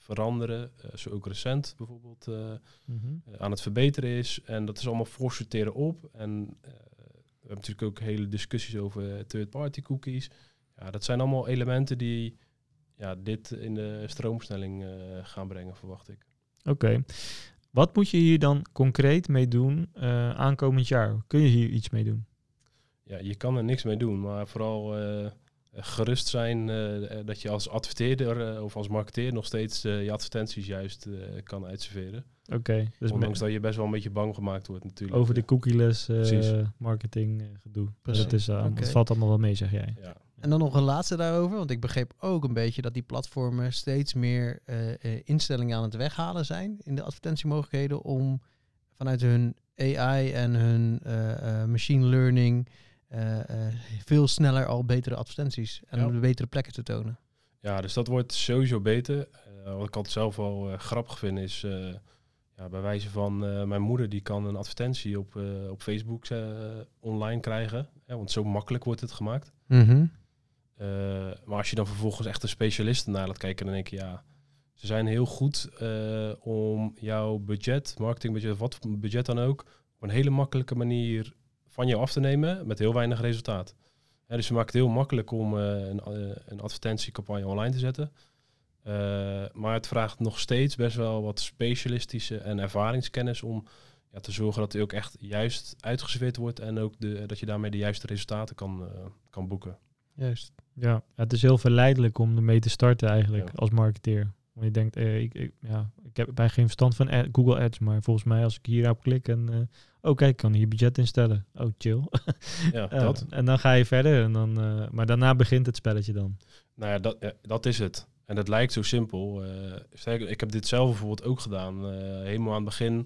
veranderen. Uh, zo ook recent bijvoorbeeld uh, Mm-hmm. uh, aan het verbeteren is. En dat is allemaal voorsorteren op. En uh, we hebben natuurlijk ook hele discussies over third-party cookies. Ja, dat zijn allemaal elementen die ja, dit in de stroomversnelling uh, gaan brengen, verwacht ik. Oké. Okay. Wat moet je hier dan concreet mee doen uh, aankomend jaar? Kun je hier iets mee doen? Ja, je kan er niks mee doen, maar vooral uh, gerust zijn uh, dat je als adverteerder uh, of als marketeer nog steeds uh, je advertenties juist uh, kan uitserveren. Oké. Okay, dus ondanks me- dat je best wel een beetje bang gemaakt wordt natuurlijk. Over de cookieless uh, marketing uh, gedoe. Precies. Dat, is, uh, okay. dat valt allemaal wel mee, zeg jij. Ja. En dan nog een laatste daarover, want ik begreep ook een beetje dat die platformen steeds meer uh, uh, instellingen aan het weghalen zijn in de advertentiemogelijkheden om vanuit hun A I en hun uh, uh, machine learning uh, uh, veel sneller al betere advertenties en ja. op de betere plekken te tonen. Ja, dus dat wordt sowieso beter. Uh, wat ik altijd zelf wel uh, grappig vind is, uh, ja, bij wijze van uh, mijn moeder die kan een advertentie op, uh, op Facebook uh, online krijgen, hè, want zo makkelijk wordt het gemaakt. Mm-hmm. Uh, maar als je dan vervolgens echt een specialist naar laat kijken, dan denk je, ja, ze zijn heel goed uh, om jouw budget, marketingbudget, wat voor budget dan ook, op een hele makkelijke manier van jou af te nemen met heel weinig resultaat. Ja, dus ze maken het heel makkelijk om uh, een, uh, een advertentiecampagne online te zetten. Uh, maar het vraagt nog steeds best wel wat specialistische en ervaringskennis om ja, te zorgen dat die ook echt juist uitgeserveerd wordt en ook de, dat je daarmee de juiste resultaten kan, uh, kan boeken. Juist. Ja, het is heel verleidelijk om ermee te starten eigenlijk ja. als marketeer. Want je denkt, eh, ik, ik, ja, ik heb bij geen verstand van ad, Google Ads, maar volgens mij als ik hierop klik en uh, oh kijk, ik kan hier budget instellen. Oh, chill. Ja, uh, dat. En dan ga je verder. En dan, uh, maar daarna begint het spelletje dan. Nou ja, dat, ja, dat is het. En dat lijkt zo simpel. Uh, sterker, ik heb dit zelf bijvoorbeeld ook gedaan. Uh, helemaal aan het begin.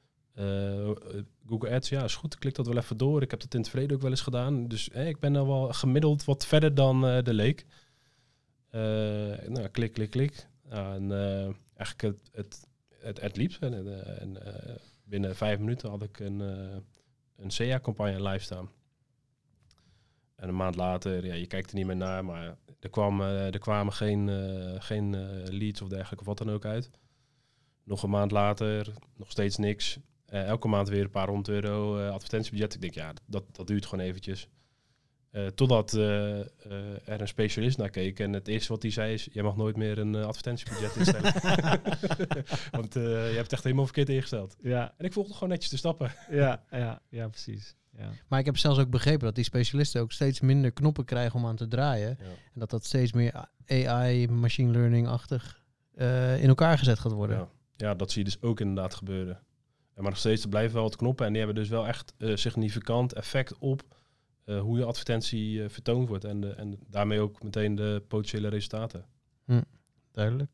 Uh, Google Ads, ja, is goed. Ik klik dat wel even door. Ik heb dat in het verleden ook wel eens gedaan. Dus eh, ik ben nou wel gemiddeld wat verder dan uh, de leek. Uh, nou, klik, klik, klik. Ja, en uh, eigenlijk het, het, het, het liep. En, uh, en uh, binnen vijf minuten had ik een, uh, een C A-campagne live staan. En een maand later, ja, je kijkt er niet meer naar, maar er, kwam, uh, er kwamen geen, uh, geen uh, leads of dergelijke of wat dan ook uit. Nog een maand later, nog steeds niks. Uh, elke maand weer een paar honderd euro uh, advertentiebudget. Ik denk, ja, dat, dat duurt gewoon eventjes. Uh, totdat uh, uh, er een specialist naar keek. En het eerste wat hij zei is, jij mag nooit meer een uh, advertentiebudget instellen. Want uh, je hebt het echt helemaal verkeerd ingesteld. Ja. En ik volgde gewoon netjes de stappen. Ja, ja, ja, precies. Ja. Maar ik heb zelfs ook begrepen dat die specialisten ook steeds minder knoppen krijgen om aan te draaien. Ja. En dat dat steeds meer A I, machine learning-achtig uh, in elkaar gezet gaat worden. Ja. Ja, dat zie je dus ook inderdaad gebeuren. Maar nog steeds, er blijven wel wat knoppen en die hebben dus wel echt uh, significant effect op uh, hoe je advertentie uh, vertoond wordt. En, de, en daarmee ook meteen de potentiële resultaten. Hm, duidelijk.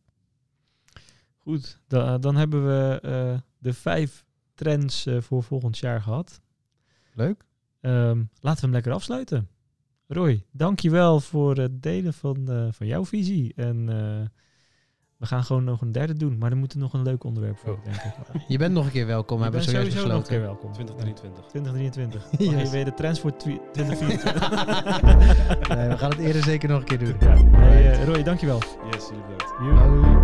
Goed, da- dan hebben we uh, de vijf trends uh, voor volgend jaar gehad. Leuk. Um, laten we hem lekker afsluiten. Roy, dankjewel voor het delen van, uh, van jouw visie. En uh, we gaan gewoon nog een derde doen, maar er moet er nog een leuk onderwerp voor, oh. denk ik. Je bent nog een keer welkom. Je hebben bent zojuist sowieso besloten. nog een keer welkom. twintig drieëntwintig. twintig drieëntwintig. Yes. Mag je weer de trends voor twi- twintig vierentwintig? Nee, we gaan het eerder zeker nog een keer doen. Ja. Hey, uh, Roy, dankjewel. Yes, jullie bedankt. Joe.